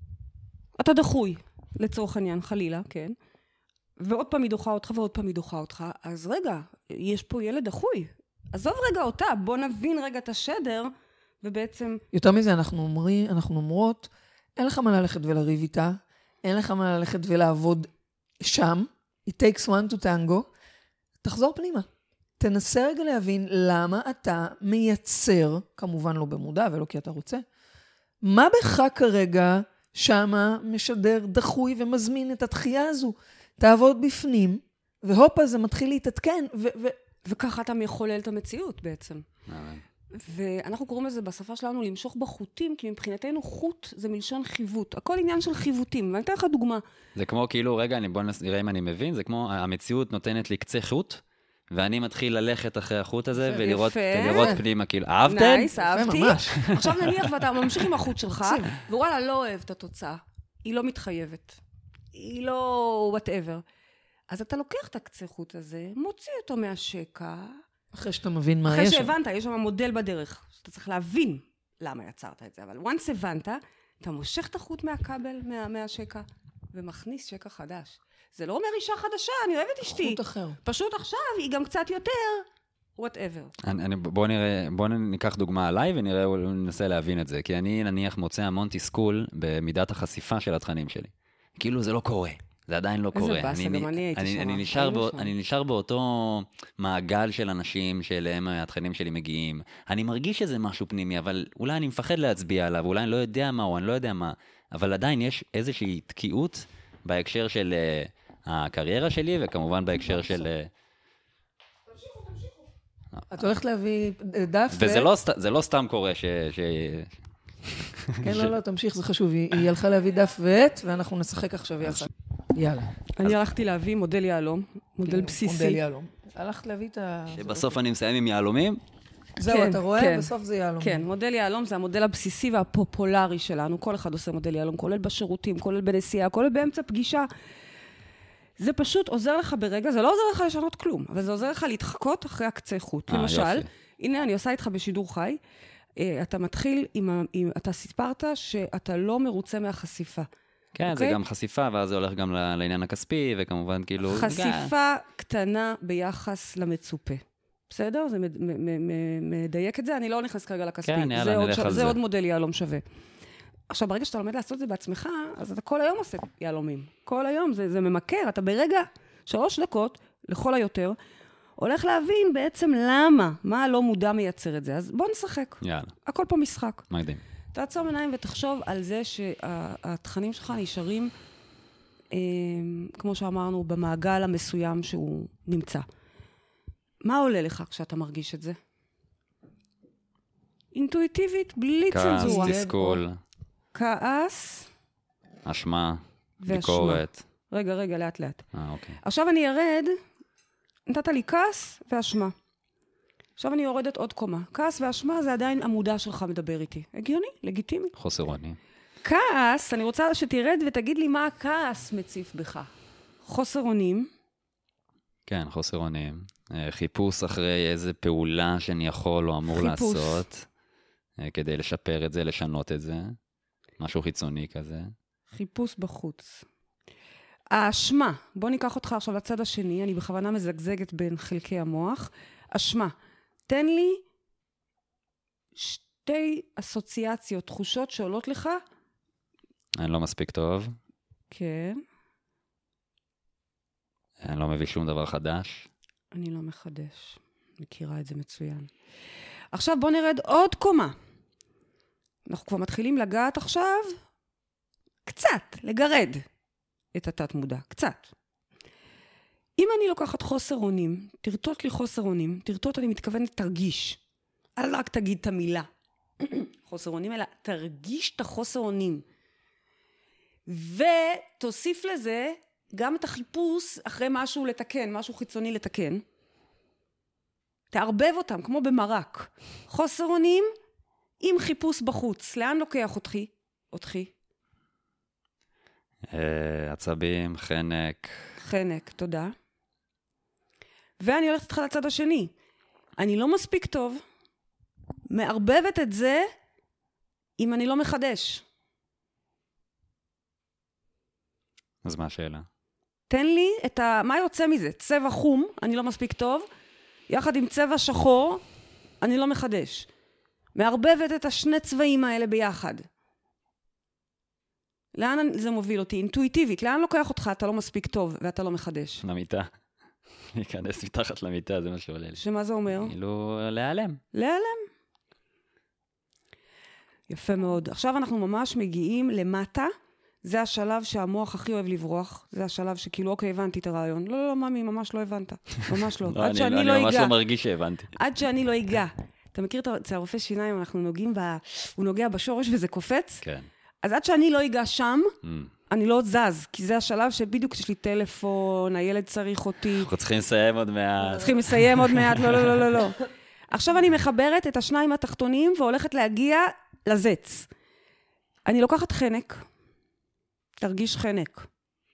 אתה דחוי, לצורך העניין, חלילה, כן? ועוד פעם היא דוחה אותך ועוד פעם היא דוחה אותך, אז רגע, יש פה ילד דחוי. עזוב רגע אותה, בוא נבין רגע את השדר, ובעצם... יותר מזה, אנחנו אומרים, אנחנו אומרות, אין לך מה ללכת ולריב איתה, אין לך מה ללכת ולעבוד שם, it takes one to tango, תחזור פנימה. תנסה רגע להבין למה אתה מייצר, כמובן לא במודע ולא כי אתה רוצה, מה בך כרגע שמה משדר דחוי ומזמין את התחייה הזו. תעבוד בפנים, והופה זה מתחיל להתעדכן, ו... ו- וככה אתה מחולל את המציאות בעצם. מהמם. ואנחנו קוראים לזה בשפה שלנו למשוך בחוטים, כי מבחינתנו חוט זה מלשון חיווט. הכל עניין של חיווטים. ואני אתן לך דוגמה. זה כמו כאילו, רגע, אני- בוא נראה אם אני מבין, זה כמו המציאות נותנת לי קצה חוט, ואני מתחיל ללכת אחרי החוט הזה, יפה. ולראות יפה. ולראות פנימה, כאילו, אהבתם? נייס, יפה אהבתי. ממש. עכשיו נניח ואתה ממשיך עם החוט שלך, מקסים. ווואלה, לא אוהב את התוצאה. היא לא מתחייבת. היא לא whatever. אז אתה לוקח את הקצה חוט הזה, מוציא אותו מהשקע, אחרי שאתה מבין מה אחרי יש שם. שהבנת, יש שם מודל בדרך, שאתה צריך להבין למה יצרת את זה, אבל once הבנת, אתה מושך את החוט מהכבל, מה, מהשקע, ומכניס שקע חדש. זה לא אומר אישה חדשה, אני אוהבת אשתי. חוט אחר. פשוט עכשיו היא גם קצת יותר, whatever. אני, אני, בוא נראה, בוא ניקח דוגמה עליי ונראה, ננסה להבין את זה. כי אני נניח מוצא המון תסכול במידת החשיפה של התכנים שלי. כאילו זה לא קורה. זה עדיין לא איזה קורה. באסה, אני, גם אני הייתי אני, שמה. אני, נשאר היינו בא, שם. אני נשאר באותו מעגל של אנשים שאליהם התכנים שלי מגיעים. אני מרגיש שזה משהו פנימי, אבל אולי אני מפחד להצביע עליו, אולי אני לא יודע מה הוא, אני לא יודע מה. אבל עדיין יש איזושהי תקיעות בהקשר של uh, הקריירה שלי, וכמובן בהקשר של... את הולכת להביא דף וזה לא, סת- זה לא סתם קורה ש... ש... כן, לא, לא, תמשיך, זה חשוב. היא הלכה להביא דף ועט, ואנחנו נשחק עכשיו יחד. יאללה. אני הלכתי להביא מודל יהלום, מודל בסיסי. מודל יהלום. הלכת להביא את ה... שבסוף אני מסיים עם יהלומים? זהו, אתה רואה? בסוף זה יהלום. כן, מודל יהלום זה המודל הבסיסי והפופולרי שלנו. כל אחד עושה מודל יהלום, כולל בשירותים, כולל בנסיעה, כולל באמצע פגישה. זה פשוט עוזר לך ברגע, זה לא עוזר לך לשנות כלום, אבל זה עוזר לך להתחקות אחרי הקצה חוט. למשל, הנה אני עושה איתך בשידור חי, אתה מתחיל עם, אתה סיפרת שאתה לא מרוצה מהחשיפה. כן, זה גם חשיפה, ואז זה הולך גם לעניין הכספי, וכמובן כאילו... חשיפה קטנה ביחס למצופה. בסדר? זה מדייק את זה, אני לא נכנס כרגע לכספי. כן, יאללה, נלך על זה. זה עוד מודל יהלום שווה. עכשיו, ברגע שאתה לומד לעשות את זה בעצמך, אז אתה כל היום עושה יהלומים. כל היום, זה, זה ממכר. אתה ברגע, שלוש דקות, לכל היותר, הולך להבין בעצם למה, מה לא מודע מייצר את זה. אז בוא נשחק. יאללה. הכל פה משחק. מקדים. תעצום עיניים ותחשוב על זה שהתכנים שלך נשארים, אה, כמו שאמרנו, במעגל המסוים שהוא נמצא. מה עולה לך כשאתה מרגיש את זה? אינטואיטיבית, בלי צנזורה. כעס, תסכול. כעס. אשמה, ביקורת. רגע, רגע, לאט לאט. אה, אוקיי. עכשיו אני ארד, נתת לי כעס ואשמה. עכשיו אני יורדת עוד קומה. כעס ואשמה זה עדיין המודע שלך מדבר איתי. הגיוני, לגיטימי. חוסר אונים. כעס, אני רוצה שתרד ותגיד לי מה הכעס מציף בך. חוסר אונים. כן, חוסר אונים. חיפוש אחרי איזה פעולה שאני יכול או אמור חיפוש. לעשות, כדי לשפר את זה, לשנות את זה. משהו חיצוני כזה. חיפוש בחוץ. האשמה, בוא ניקח אותך עכשיו לצד השני, אני בכוונה מזגזגת בין חלקי המוח. אשמה, תן לי שתי אסוציאציות, תחושות שעולות לך. אני לא מספיק טוב. כן. אני לא מביא שום דבר חדש. אני לא מחדש. מכירה את זה מצוין. עכשיו בוא נרד עוד קומה. אנחנו כבר מתחילים לגעת עכשיו, קצת, לגרד את התת מודע, קצת. אם אני לוקחת חוסר אונים, תרטוט לי חוסר אונים, תרטוט אני מתכוונת תרגיש. אל רק תגיד את המילה. חוסר אונים, אלא תרגיש את החוסר אונים. ותוסיף לזה גם את החיפוש אחרי משהו לתקן, משהו חיצוני לתקן. תערבב אותם, כמו במרק. חוסר אונים עם חיפוש בחוץ. לאן לוקח אותי? אותי? עצבים, חנק. חנק, תודה. ואני הולכת איתך לצד השני. אני לא מספיק טוב, מערבבת את זה אם אני לא מחדש. אז מה השאלה? תן לי את ה... מה יוצא מזה? צבע חום, אני לא מספיק טוב, יחד עם צבע שחור, אני לא מחדש. מערבבת את השני צבעים האלה ביחד. לאן זה מוביל אותי? אינטואיטיבית. לאן לוקח אותך? אתה לא מספיק טוב ואתה לא מחדש. למיטה. להיכנס מתחת למיטה, זה מה שעולה לי. שמה זה אומר? כאילו, להיעלם. להיעלם. יפה מאוד. עכשיו אנחנו ממש מגיעים למטה. זה השלב שהמוח הכי אוהב לברוח. זה השלב שכאילו, אוקיי, הבנתי את הרעיון. לא, לא, לא, ממי, ממש לא הבנת. ממש לא. עד שאני לא אגע. אני ממש לא מרגיש שהבנתי. עד שאני לא אגע. אתה מכיר את הרופא שיניים, אנחנו נוגעים ב... הוא נוגע בשורש וזה קופץ? כן. אז עד שאני לא אגע שם, אני לא זז, כי זה השלב שבדיוק יש לי טלפון, הילד צריך אותי. אנחנו צריכים לסיים עוד מעט. צריכים לסיים עוד מעט, לא, לא, לא, לא, לא. עכשיו אני מחברת את השניים התחתונים, והולכת להגיע לזץ. אני לוקחת חנק, תרגיש חנק.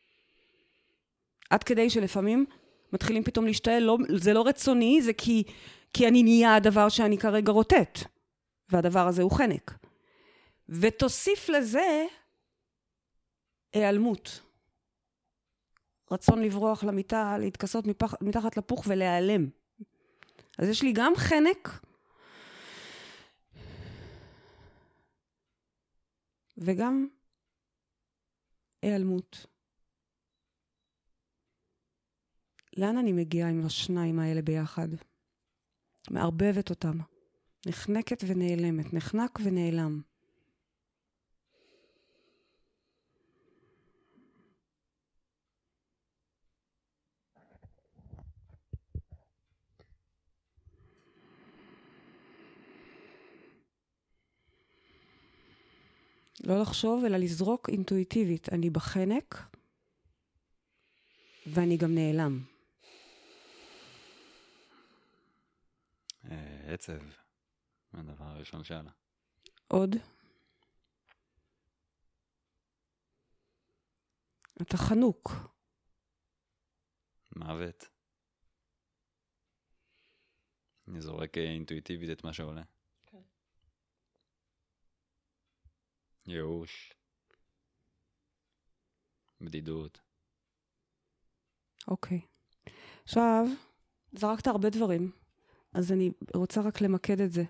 עד כדי שלפעמים מתחילים פתאום להשתעל, לא, זה לא רצוני, זה כי, כי אני נהיה הדבר שאני כרגע רוטט. והדבר הזה הוא חנק. ותוסיף לזה היעלמות. רצון לברוח למיטה, להתכסות מפח, מתחת לפוך ולהיעלם. אז יש לי גם חנק, וגם היעלמות. לאן אני מגיעה עם השניים האלה ביחד? מערבבת אותם. נחנקת ונעלמת, נחנק ונעלם. לא לחשוב, אלא לזרוק אינטואיטיבית. אני בחנק, ואני גם נעלם. עצב, הדבר הראשון שעלה. עוד. אתה חנוק. מוות. אני זורק אינטואיטיבית את מה שעולה. כן. ייאוש. בדידות. אוקיי. עכשיו, זרקת הרבה דברים, אז אני רוצה רק למקד את זה.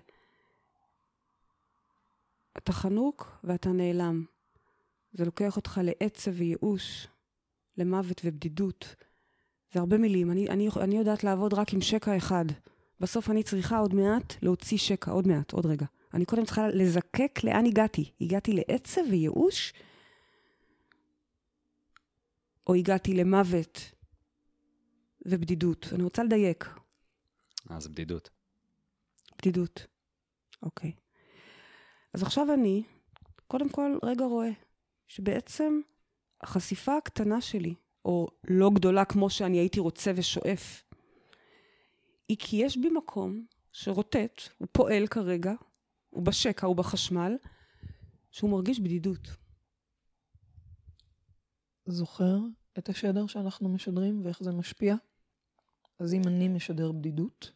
אתה חנוק ואתה נעלם. זה לוקח אותך לעצב וייאוש, למוות ובדידות. זה הרבה מילים. אני, אני, אני יודעת לעבוד רק עם שקע אחד. בסוף אני צריכה עוד מעט להוציא שקע, עוד מעט, עוד רגע. אני קודם צריכה לזקק לאן הגעתי. הגעתי לעצב וייאוש, או הגעתי למוות ובדידות. אני רוצה לדייק. אז בדידות. בדידות. אוקיי. אז עכשיו אני, קודם כל, רגע רואה, שבעצם החשיפה הקטנה שלי, או לא גדולה כמו שאני הייתי רוצה ושואף, היא כי יש בי מקום שרוטט, הוא פועל כרגע, הוא בשקע, הוא בחשמל, שהוא מרגיש בדידות. זוכר את השדר שאנחנו משדרים ואיך זה משפיע? אז אם אני משדר בדידות,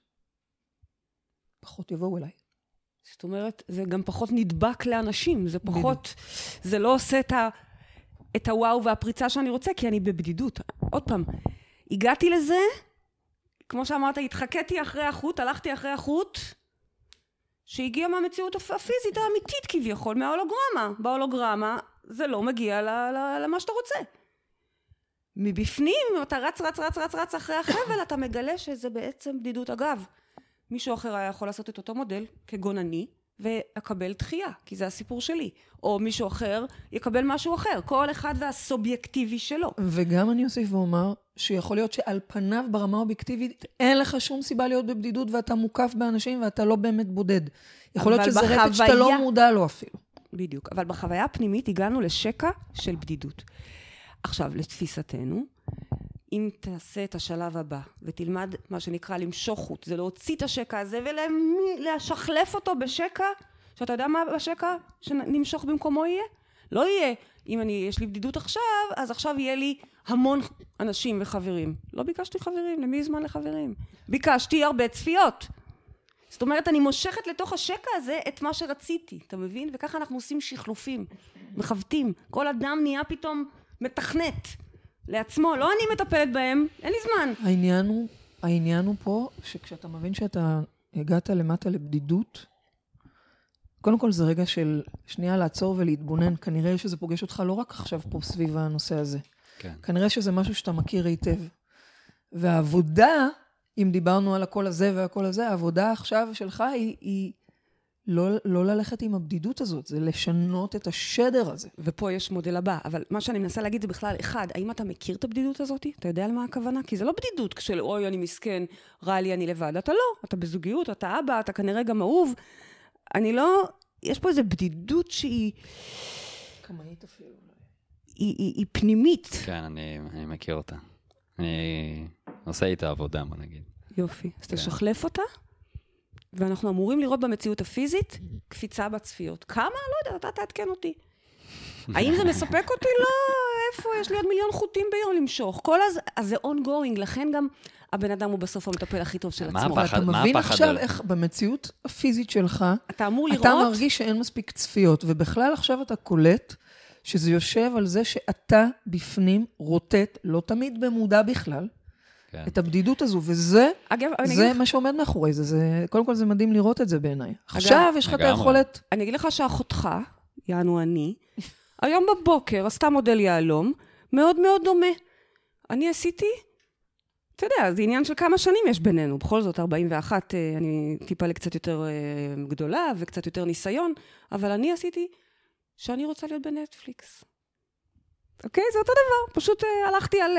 פחות יבואו אליי. זאת אומרת, זה גם פחות נדבק לאנשים, זה פחות, זה לא עושה את ה... את הוואו והפריצה שאני רוצה, כי אני בבדידות. עוד פעם, הגעתי לזה, כמו שאמרת, התחכיתי אחרי החוט, הלכתי אחרי החוט, שהגיע מהמציאות הפיזית האמיתית כביכול, מההולוגרמה. בהולוגרמה זה לא מגיע למה שאתה רוצה. מבפנים, אתה רץ, רץ, רץ, רץ, רץ אחרי החבל, אתה מגלה שזה בעצם בדידות. אגב, מישהו אחר היה יכול לעשות את אותו מודל, כגון אני, ויקבל דחייה, כי זה הסיפור שלי. או מישהו אחר יקבל משהו אחר. כל אחד והסובייקטיבי שלו. וגם אני אוסיף ואומר, שיכול להיות שעל פניו ברמה אובייקטיבית, אין לך שום סיבה להיות בבדידות, ואתה מוקף באנשים, ואתה לא באמת בודד. יכול להיות שזה בחוויה... רטט שאתה לא מודע לו אפילו. בדיוק. אבל בחוויה הפנימית הגענו לשקע של בדידות. עכשיו, לתפיסתנו, אם תעשה את השלב הבא, ותלמד מה שנקרא למשוך חוט, זה להוציא את השקע הזה, ולשחלף אותו בשקע, שאתה יודע מה בשקע שנמשוך במקומו יהיה? לא יהיה, אם אני, יש לי בדידות עכשיו, אז עכשיו יהיה לי המון אנשים וחברים. לא ביקשתי חברים, למי זמן לחברים? ביקשתי הרבה צפיות. זאת אומרת, אני מושכת לתוך השקע הזה את מה שרציתי, אתה מבין? וככה אנחנו עושים שחלופים, מחבטים. כל אדם נהיה פתאום מתכנת. לעצמו, לא אני מטפלת בהם, אין לי זמן. העניין הוא, העניין הוא פה, שכשאתה מבין שאתה הגעת למטה לבדידות, קודם כל זה רגע של שנייה לעצור ולהתבונן, כנראה שזה פוגש אותך לא רק עכשיו פה סביב הנושא הזה. כן. כנראה שזה משהו שאתה מכיר היטב. והעבודה, אם דיברנו על הכל הזה והכל הזה, העבודה עכשיו שלך היא, היא לא, לא ללכת עם הבדידות הזאת, זה לשנות את השדר הזה. ופה יש מודל הבא, אבל מה שאני מנסה להגיד זה בכלל, אחד, האם אתה מכיר את הבדידות הזאת? אתה יודע על מה הכוונה? כי זה לא בדידות, של אוי, אני מסכן, רע לי, אני לבד. אתה לא, אתה בזוגיות, אתה אבא, אתה כנראה גם אהוב. אני לא, יש פה איזו בדידות שהיא... כמהית אפילו. היא, היא, היא פנימית. כן, אני, אני מכיר אותה. אני עושה איתה עבודה, מה נגיד. יופי. אז כן. תשחלף אותה? ואנחנו אמורים לראות במציאות הפיזית קפיצה בצפיות. כמה? לא יודע, אתה תעדכן אותי. האם זה מספק אותי? לא, איפה? יש לי עוד מיליון חוטים ביום למשוך. כל אז, אז זה ongoing, לכן גם הבן אדם הוא בסוף המטפל הכי טוב של עצמו. אתה מבין עכשיו איך במציאות הפיזית שלך, אתה אמור לראות... אתה מרגיש שאין מספיק צפיות, ובכלל עכשיו אתה קולט שזה יושב על זה שאתה בפנים רוטט, לא תמיד במודע בכלל, את הבדידות הזו, וזה אגב, זה מה שעומד מאחורי זה, זה. קודם כל זה מדהים לראות את זה בעיניי. עכשיו יש לך את היכולת... אני אגיד לך שאחותך, יענו אני, היום בבוקר עשתה מודל יעלום, מאוד מאוד דומה. אני עשיתי, אתה יודע, זה עניין של כמה שנים יש בינינו, בכל זאת ארבעים ואחת, אני טיפה לקצת יותר גדולה, וקצת יותר ניסיון, אבל אני עשיתי שאני רוצה להיות בנטפליקס. אוקיי? זה אותו דבר, פשוט הלכתי על...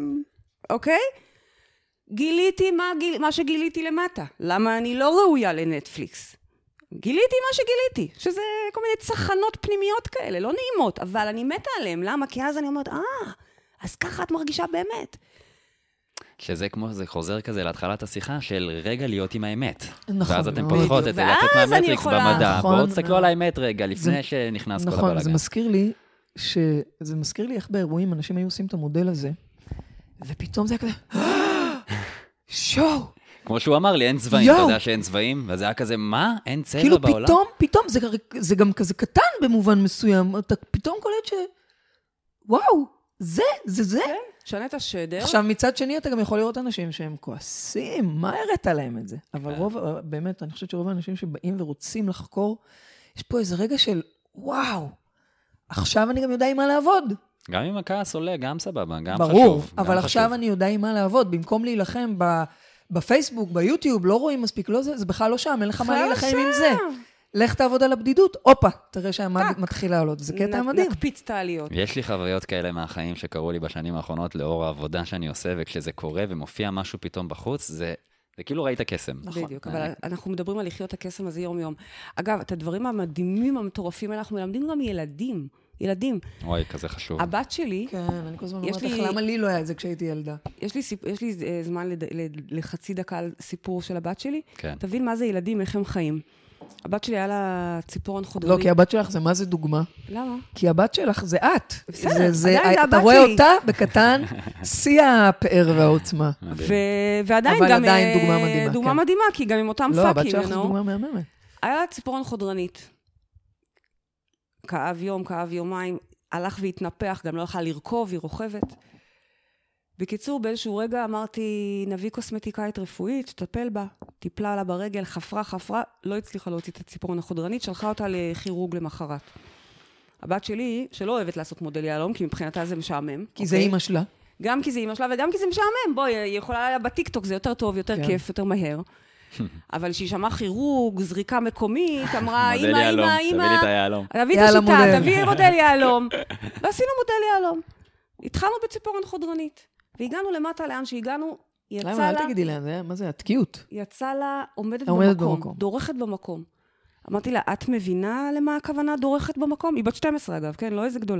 אוקיי? גיליתי מה, גיל, מה שגיליתי למטה. למה אני לא ראויה לנטפליקס? גיליתי מה שגיליתי, שזה כל מיני צחנות פנימיות כאלה, לא נעימות, אבל אני מתה עליהם. למה? כי אז אני אומרת, אה, אז ככה את מרגישה באמת. שזה כמו, זה חוזר כזה להתחלת השיחה של רגע להיות עם האמת. נכון. ואז אתם פותחות את זה, לצאת מהמטריקס במדע, בואו תסתכלו על האמת רגע, לפני שנכנס כל הבלגן. נכון, זה מזכיר לי, זה מזכיר לי איך באירועים אנשים היו עושים את המודל הזה, ופתאום זה היה כזה, שואו! כמו שהוא אמר לי, אין צבעים, אתה יודע שאין צבעים, וזה היה כזה, מה? אין צבע בעולם? כאילו פתאום, פתאום, זה גם כזה קטן במובן מסוים, אתה פתאום קולט ש... וואו, זה, זה זה. שנה את השדר. עכשיו, מצד שני, אתה גם יכול לראות אנשים שהם כועסים, מה הראת עליהם את זה? אבל רוב, באמת, אני חושבת שרוב האנשים שבאים ורוצים לחקור, יש פה איזה רגע של, וואו, עכשיו אני גם יודע עם מה לעבוד. גם אם הכעס עולה, גם סבבה, גם חשוב. ברור, אבל עכשיו אני יודע עם מה לעבוד, במקום להילחם בפייסבוק, ביוטיוב, לא רואים מספיק, לא זה, זה בכלל לא שם, אין לך מה להילחם עם זה. לך תעבוד על הבדידות, אופה, תראה שהמד מתחיל לעלות, זה קטע מדהים. נקפיץ את העליות. יש לי חוויות כאלה מהחיים שקרו לי בשנים האחרונות, לאור העבודה שאני עושה, וכשזה קורה ומופיע משהו פתאום בחוץ, זה, זה כאילו ראית קסם. בדיוק, אבל אנחנו מדברים על לחיות הקסם הזה יום יום. אגב, את הדברים המדהימים המטורפים האלה, אנחנו מלמדים גם ילדים. ילדים. וואי, כזה חשוב. הבת שלי... כן, אני כל הזמן אומרת לך, למה לי לא היה את זה כשהייתי ילדה? יש לי, יש לי זמן לחצי דקה על סיפור של הבת שלי. כן. תבין מה זה ילדים, איך הם חיים. הבת שלי היה לה ציפורן חודרנית. לא, כי הבת שלך זה מה זה דוגמה? למה? כי הבת שלך זה את. בסדר, זה, זה, עדיין זה הבת אתה רואה שלי. אותה בקטן, שיא הפאר והעוצמה. ו... ועדיין אבל גם... עדיין דוגמה מדהימה. דוגמה כן. מדהימה, כי גם עם אותם לא, פאקים, הבת שלך זה you know. דוגמה מהממת. היה לה ציפורן חודרנית. כאב יום, כאב יומיים, הלך והתנפח, גם לא יכלה לרכוב, היא רוכבת. בקיצור, באיזשהו רגע אמרתי, נביא קוסמטיקאית רפואית, תטפל בה, טיפלה לה ברגל, חפרה, חפרה, לא הצליחה להוציא את הציפורן החודרנית, שלחה אותה לכירורג למחרת. הבת שלי, שלא אוהבת לעשות מודל יהלום, כי מבחינתה זה משעמם. כי זה אימא שלה. גם כי זה אימא שלה, וגם כי זה משעמם. בואי, היא יכולה בטיקטוק, זה יותר טוב, יותר כיף, יותר מהר. אבל שהיא שמעה כירורג, זריקה מקומית, אמרה, אמא, אמא, אמא, תביא לי את היהלום. תביא את השיטה, תביא מודל יהלום. ועשינו מודל יהלום. התחלנו בציפורן חודרנית. והגענו למטה לאן שהגענו, יצא לה... למה, אל תגידי לה, מה זה, התקיעות? יצא לה, עומדת עומדת במקום, במקום. דורכת במקום. אמרתי לה, את מבינה למה הכוונה דורכת במקום? היא בת שתים עשרה אגב, כן, לא איזה גדולה.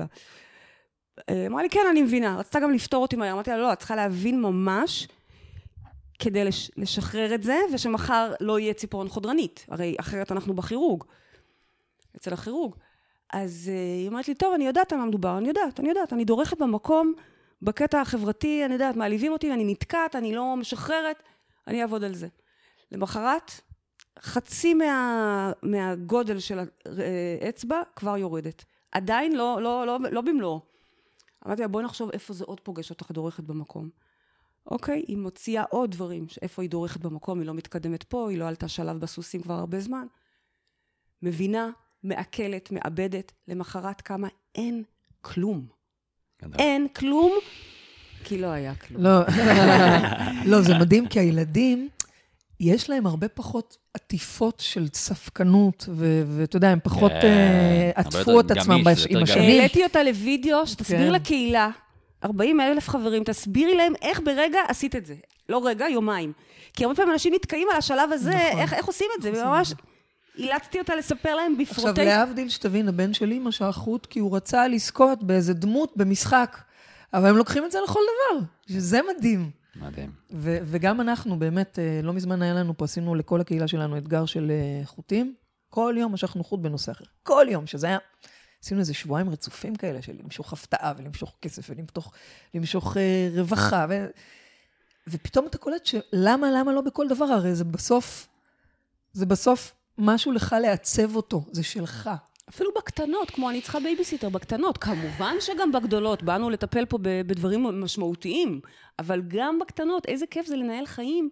אמרה לי, כן, אני מבינה. רצתה גם לפתור אותי מהר. אמרתי לה, לא, את צריכה להבין ממש כדי לש... לשחרר את זה, ושמחר לא יהיה ציפורן חודרנית. הרי אחרת אנחנו בכירורג. אצל הכירורג. אז היא אמרת לי, טוב, אני יודעת על מה מדובר, אני יודעת, אני יודעת, אני דורכת במקום, בקטע החברתי, אני יודעת, מעליבים אותי, אני נתקעת, אני לא משחררת, אני אעבוד על זה. למחרת, חצי מה, מהגודל של האצבע כבר יורדת. עדיין לא, לא, לא, לא במלוא. אמרתי לה, בואי נחשוב איפה זה עוד פוגש אותך דורכת במקום. אוקיי, היא מוציאה עוד דברים, איפה היא דורכת במקום, היא לא מתקדמת פה, היא לא עלתה שלב בסוסים כבר הרבה זמן. מבינה, מעכלת, מאבדת, למחרת כמה אין כלום. אין כלום, כי לא היה כלום. לא, לא, זה מדהים, כי הילדים, יש להם הרבה פחות עטיפות של ספקנות, ואתה יודע, הם פחות עטפו את עצמם עם השנים. העליתי אותה לוידאו, שתסביר לקהילה, ארבעים אלף חברים, תסבירי להם איך ברגע עשית את זה. לא רגע, יומיים. כי הרבה פעמים אנשים נתקעים על השלב הזה, איך עושים את זה, וממש... אילצתי אותה לספר להם בפרוטי... עכשיו, להבדיל שתבין, הבן שלי משך חוט, כי הוא רצה לזכות באיזה דמות במשחק, אבל הם לוקחים את זה לכל דבר, שזה מדהים. מדהים. ו- וגם אנחנו, באמת, לא מזמן היה לנו פה, עשינו לכל הקהילה שלנו אתגר של חוטים, כל יום משכנו חוט בנושא אחר, כל יום, שזה היה... עשינו איזה שבועיים רצופים כאלה, של למשוך הפתעה, ולמשוך כסף, ולמשוך למשוך, אה, רווחה, ו... ופתאום אתה קולט שלמה, למה לא בכל דבר, הרי זה בסוף, זה בסוף, משהו לך לעצב אותו, זה שלך. אפילו בקטנות, כמו אני צריכה בייביסיטר, בקטנות. כמובן שגם בגדולות, באנו לטפל פה בדברים משמעותיים, אבל גם בקטנות, איזה כיף זה לנהל חיים,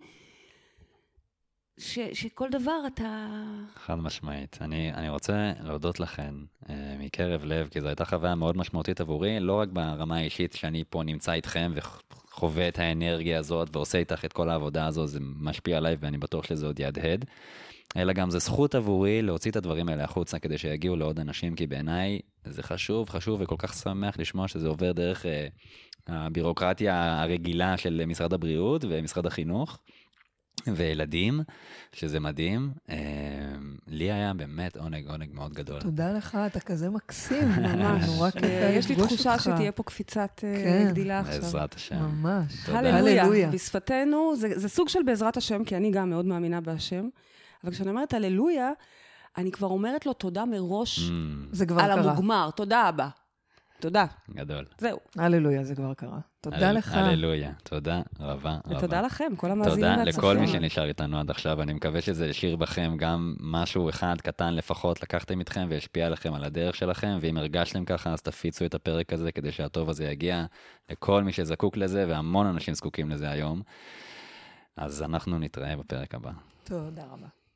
ש, שכל דבר אתה... חד משמעית. אני, אני רוצה להודות לכן אה, מקרב לב, כי זו הייתה חוויה מאוד משמעותית עבורי, לא רק ברמה האישית שאני פה נמצא איתכם וחווה את האנרגיה הזאת ועושה איתך את כל העבודה הזו, זה משפיע עליי ואני בטוח שזה עוד ידהד. אלא גם זה זכות עבורי להוציא את הדברים האלה החוצה כדי שיגיעו לעוד אנשים, כי בעיניי זה חשוב, חשוב וכל כך שמח לשמוע שזה עובר דרך אה, הבירוקרטיה הרגילה של משרד הבריאות ומשרד החינוך, וילדים, שזה מדהים. לי היה באמת עונג, עונג מאוד גדול. תודה לך, אתה כזה מקסים, ממש. נורא כיף יש לי לפגוש תחושה אותך. שתהיה פה קפיצת כן. גדילה עכשיו. בעזרת השם. ממש. תודה. הללויה. בשפתנו, זה, זה סוג של בעזרת השם, כי אני גם מאוד מאמינה בהשם. אבל כשאני אומרת הללויה, אני כבר אומרת לו תודה מראש Mm, זה כבר על קרה. המוגמר. תודה אבא. תודה. גדול. זהו. הללויה, זה כבר קרה. תודה הלל- לך. הללויה. תודה רבה רבה. ותודה לכם, כל המאזינים תודה והצופים. לכל מי שנשאר איתנו עד עכשיו, אני מקווה שזה ישאיר בכם גם משהו אחד קטן לפחות לקחתם איתכם וישפיע עליכם על הדרך שלכם, ואם הרגשתם ככה אז תפיצו את הפרק הזה כדי שהטוב הזה יגיע לכל מי שזקוק לזה, והמון אנשים זקוקים לזה היום. אז אנחנו נתראה בפרק הבא. תודה רבה.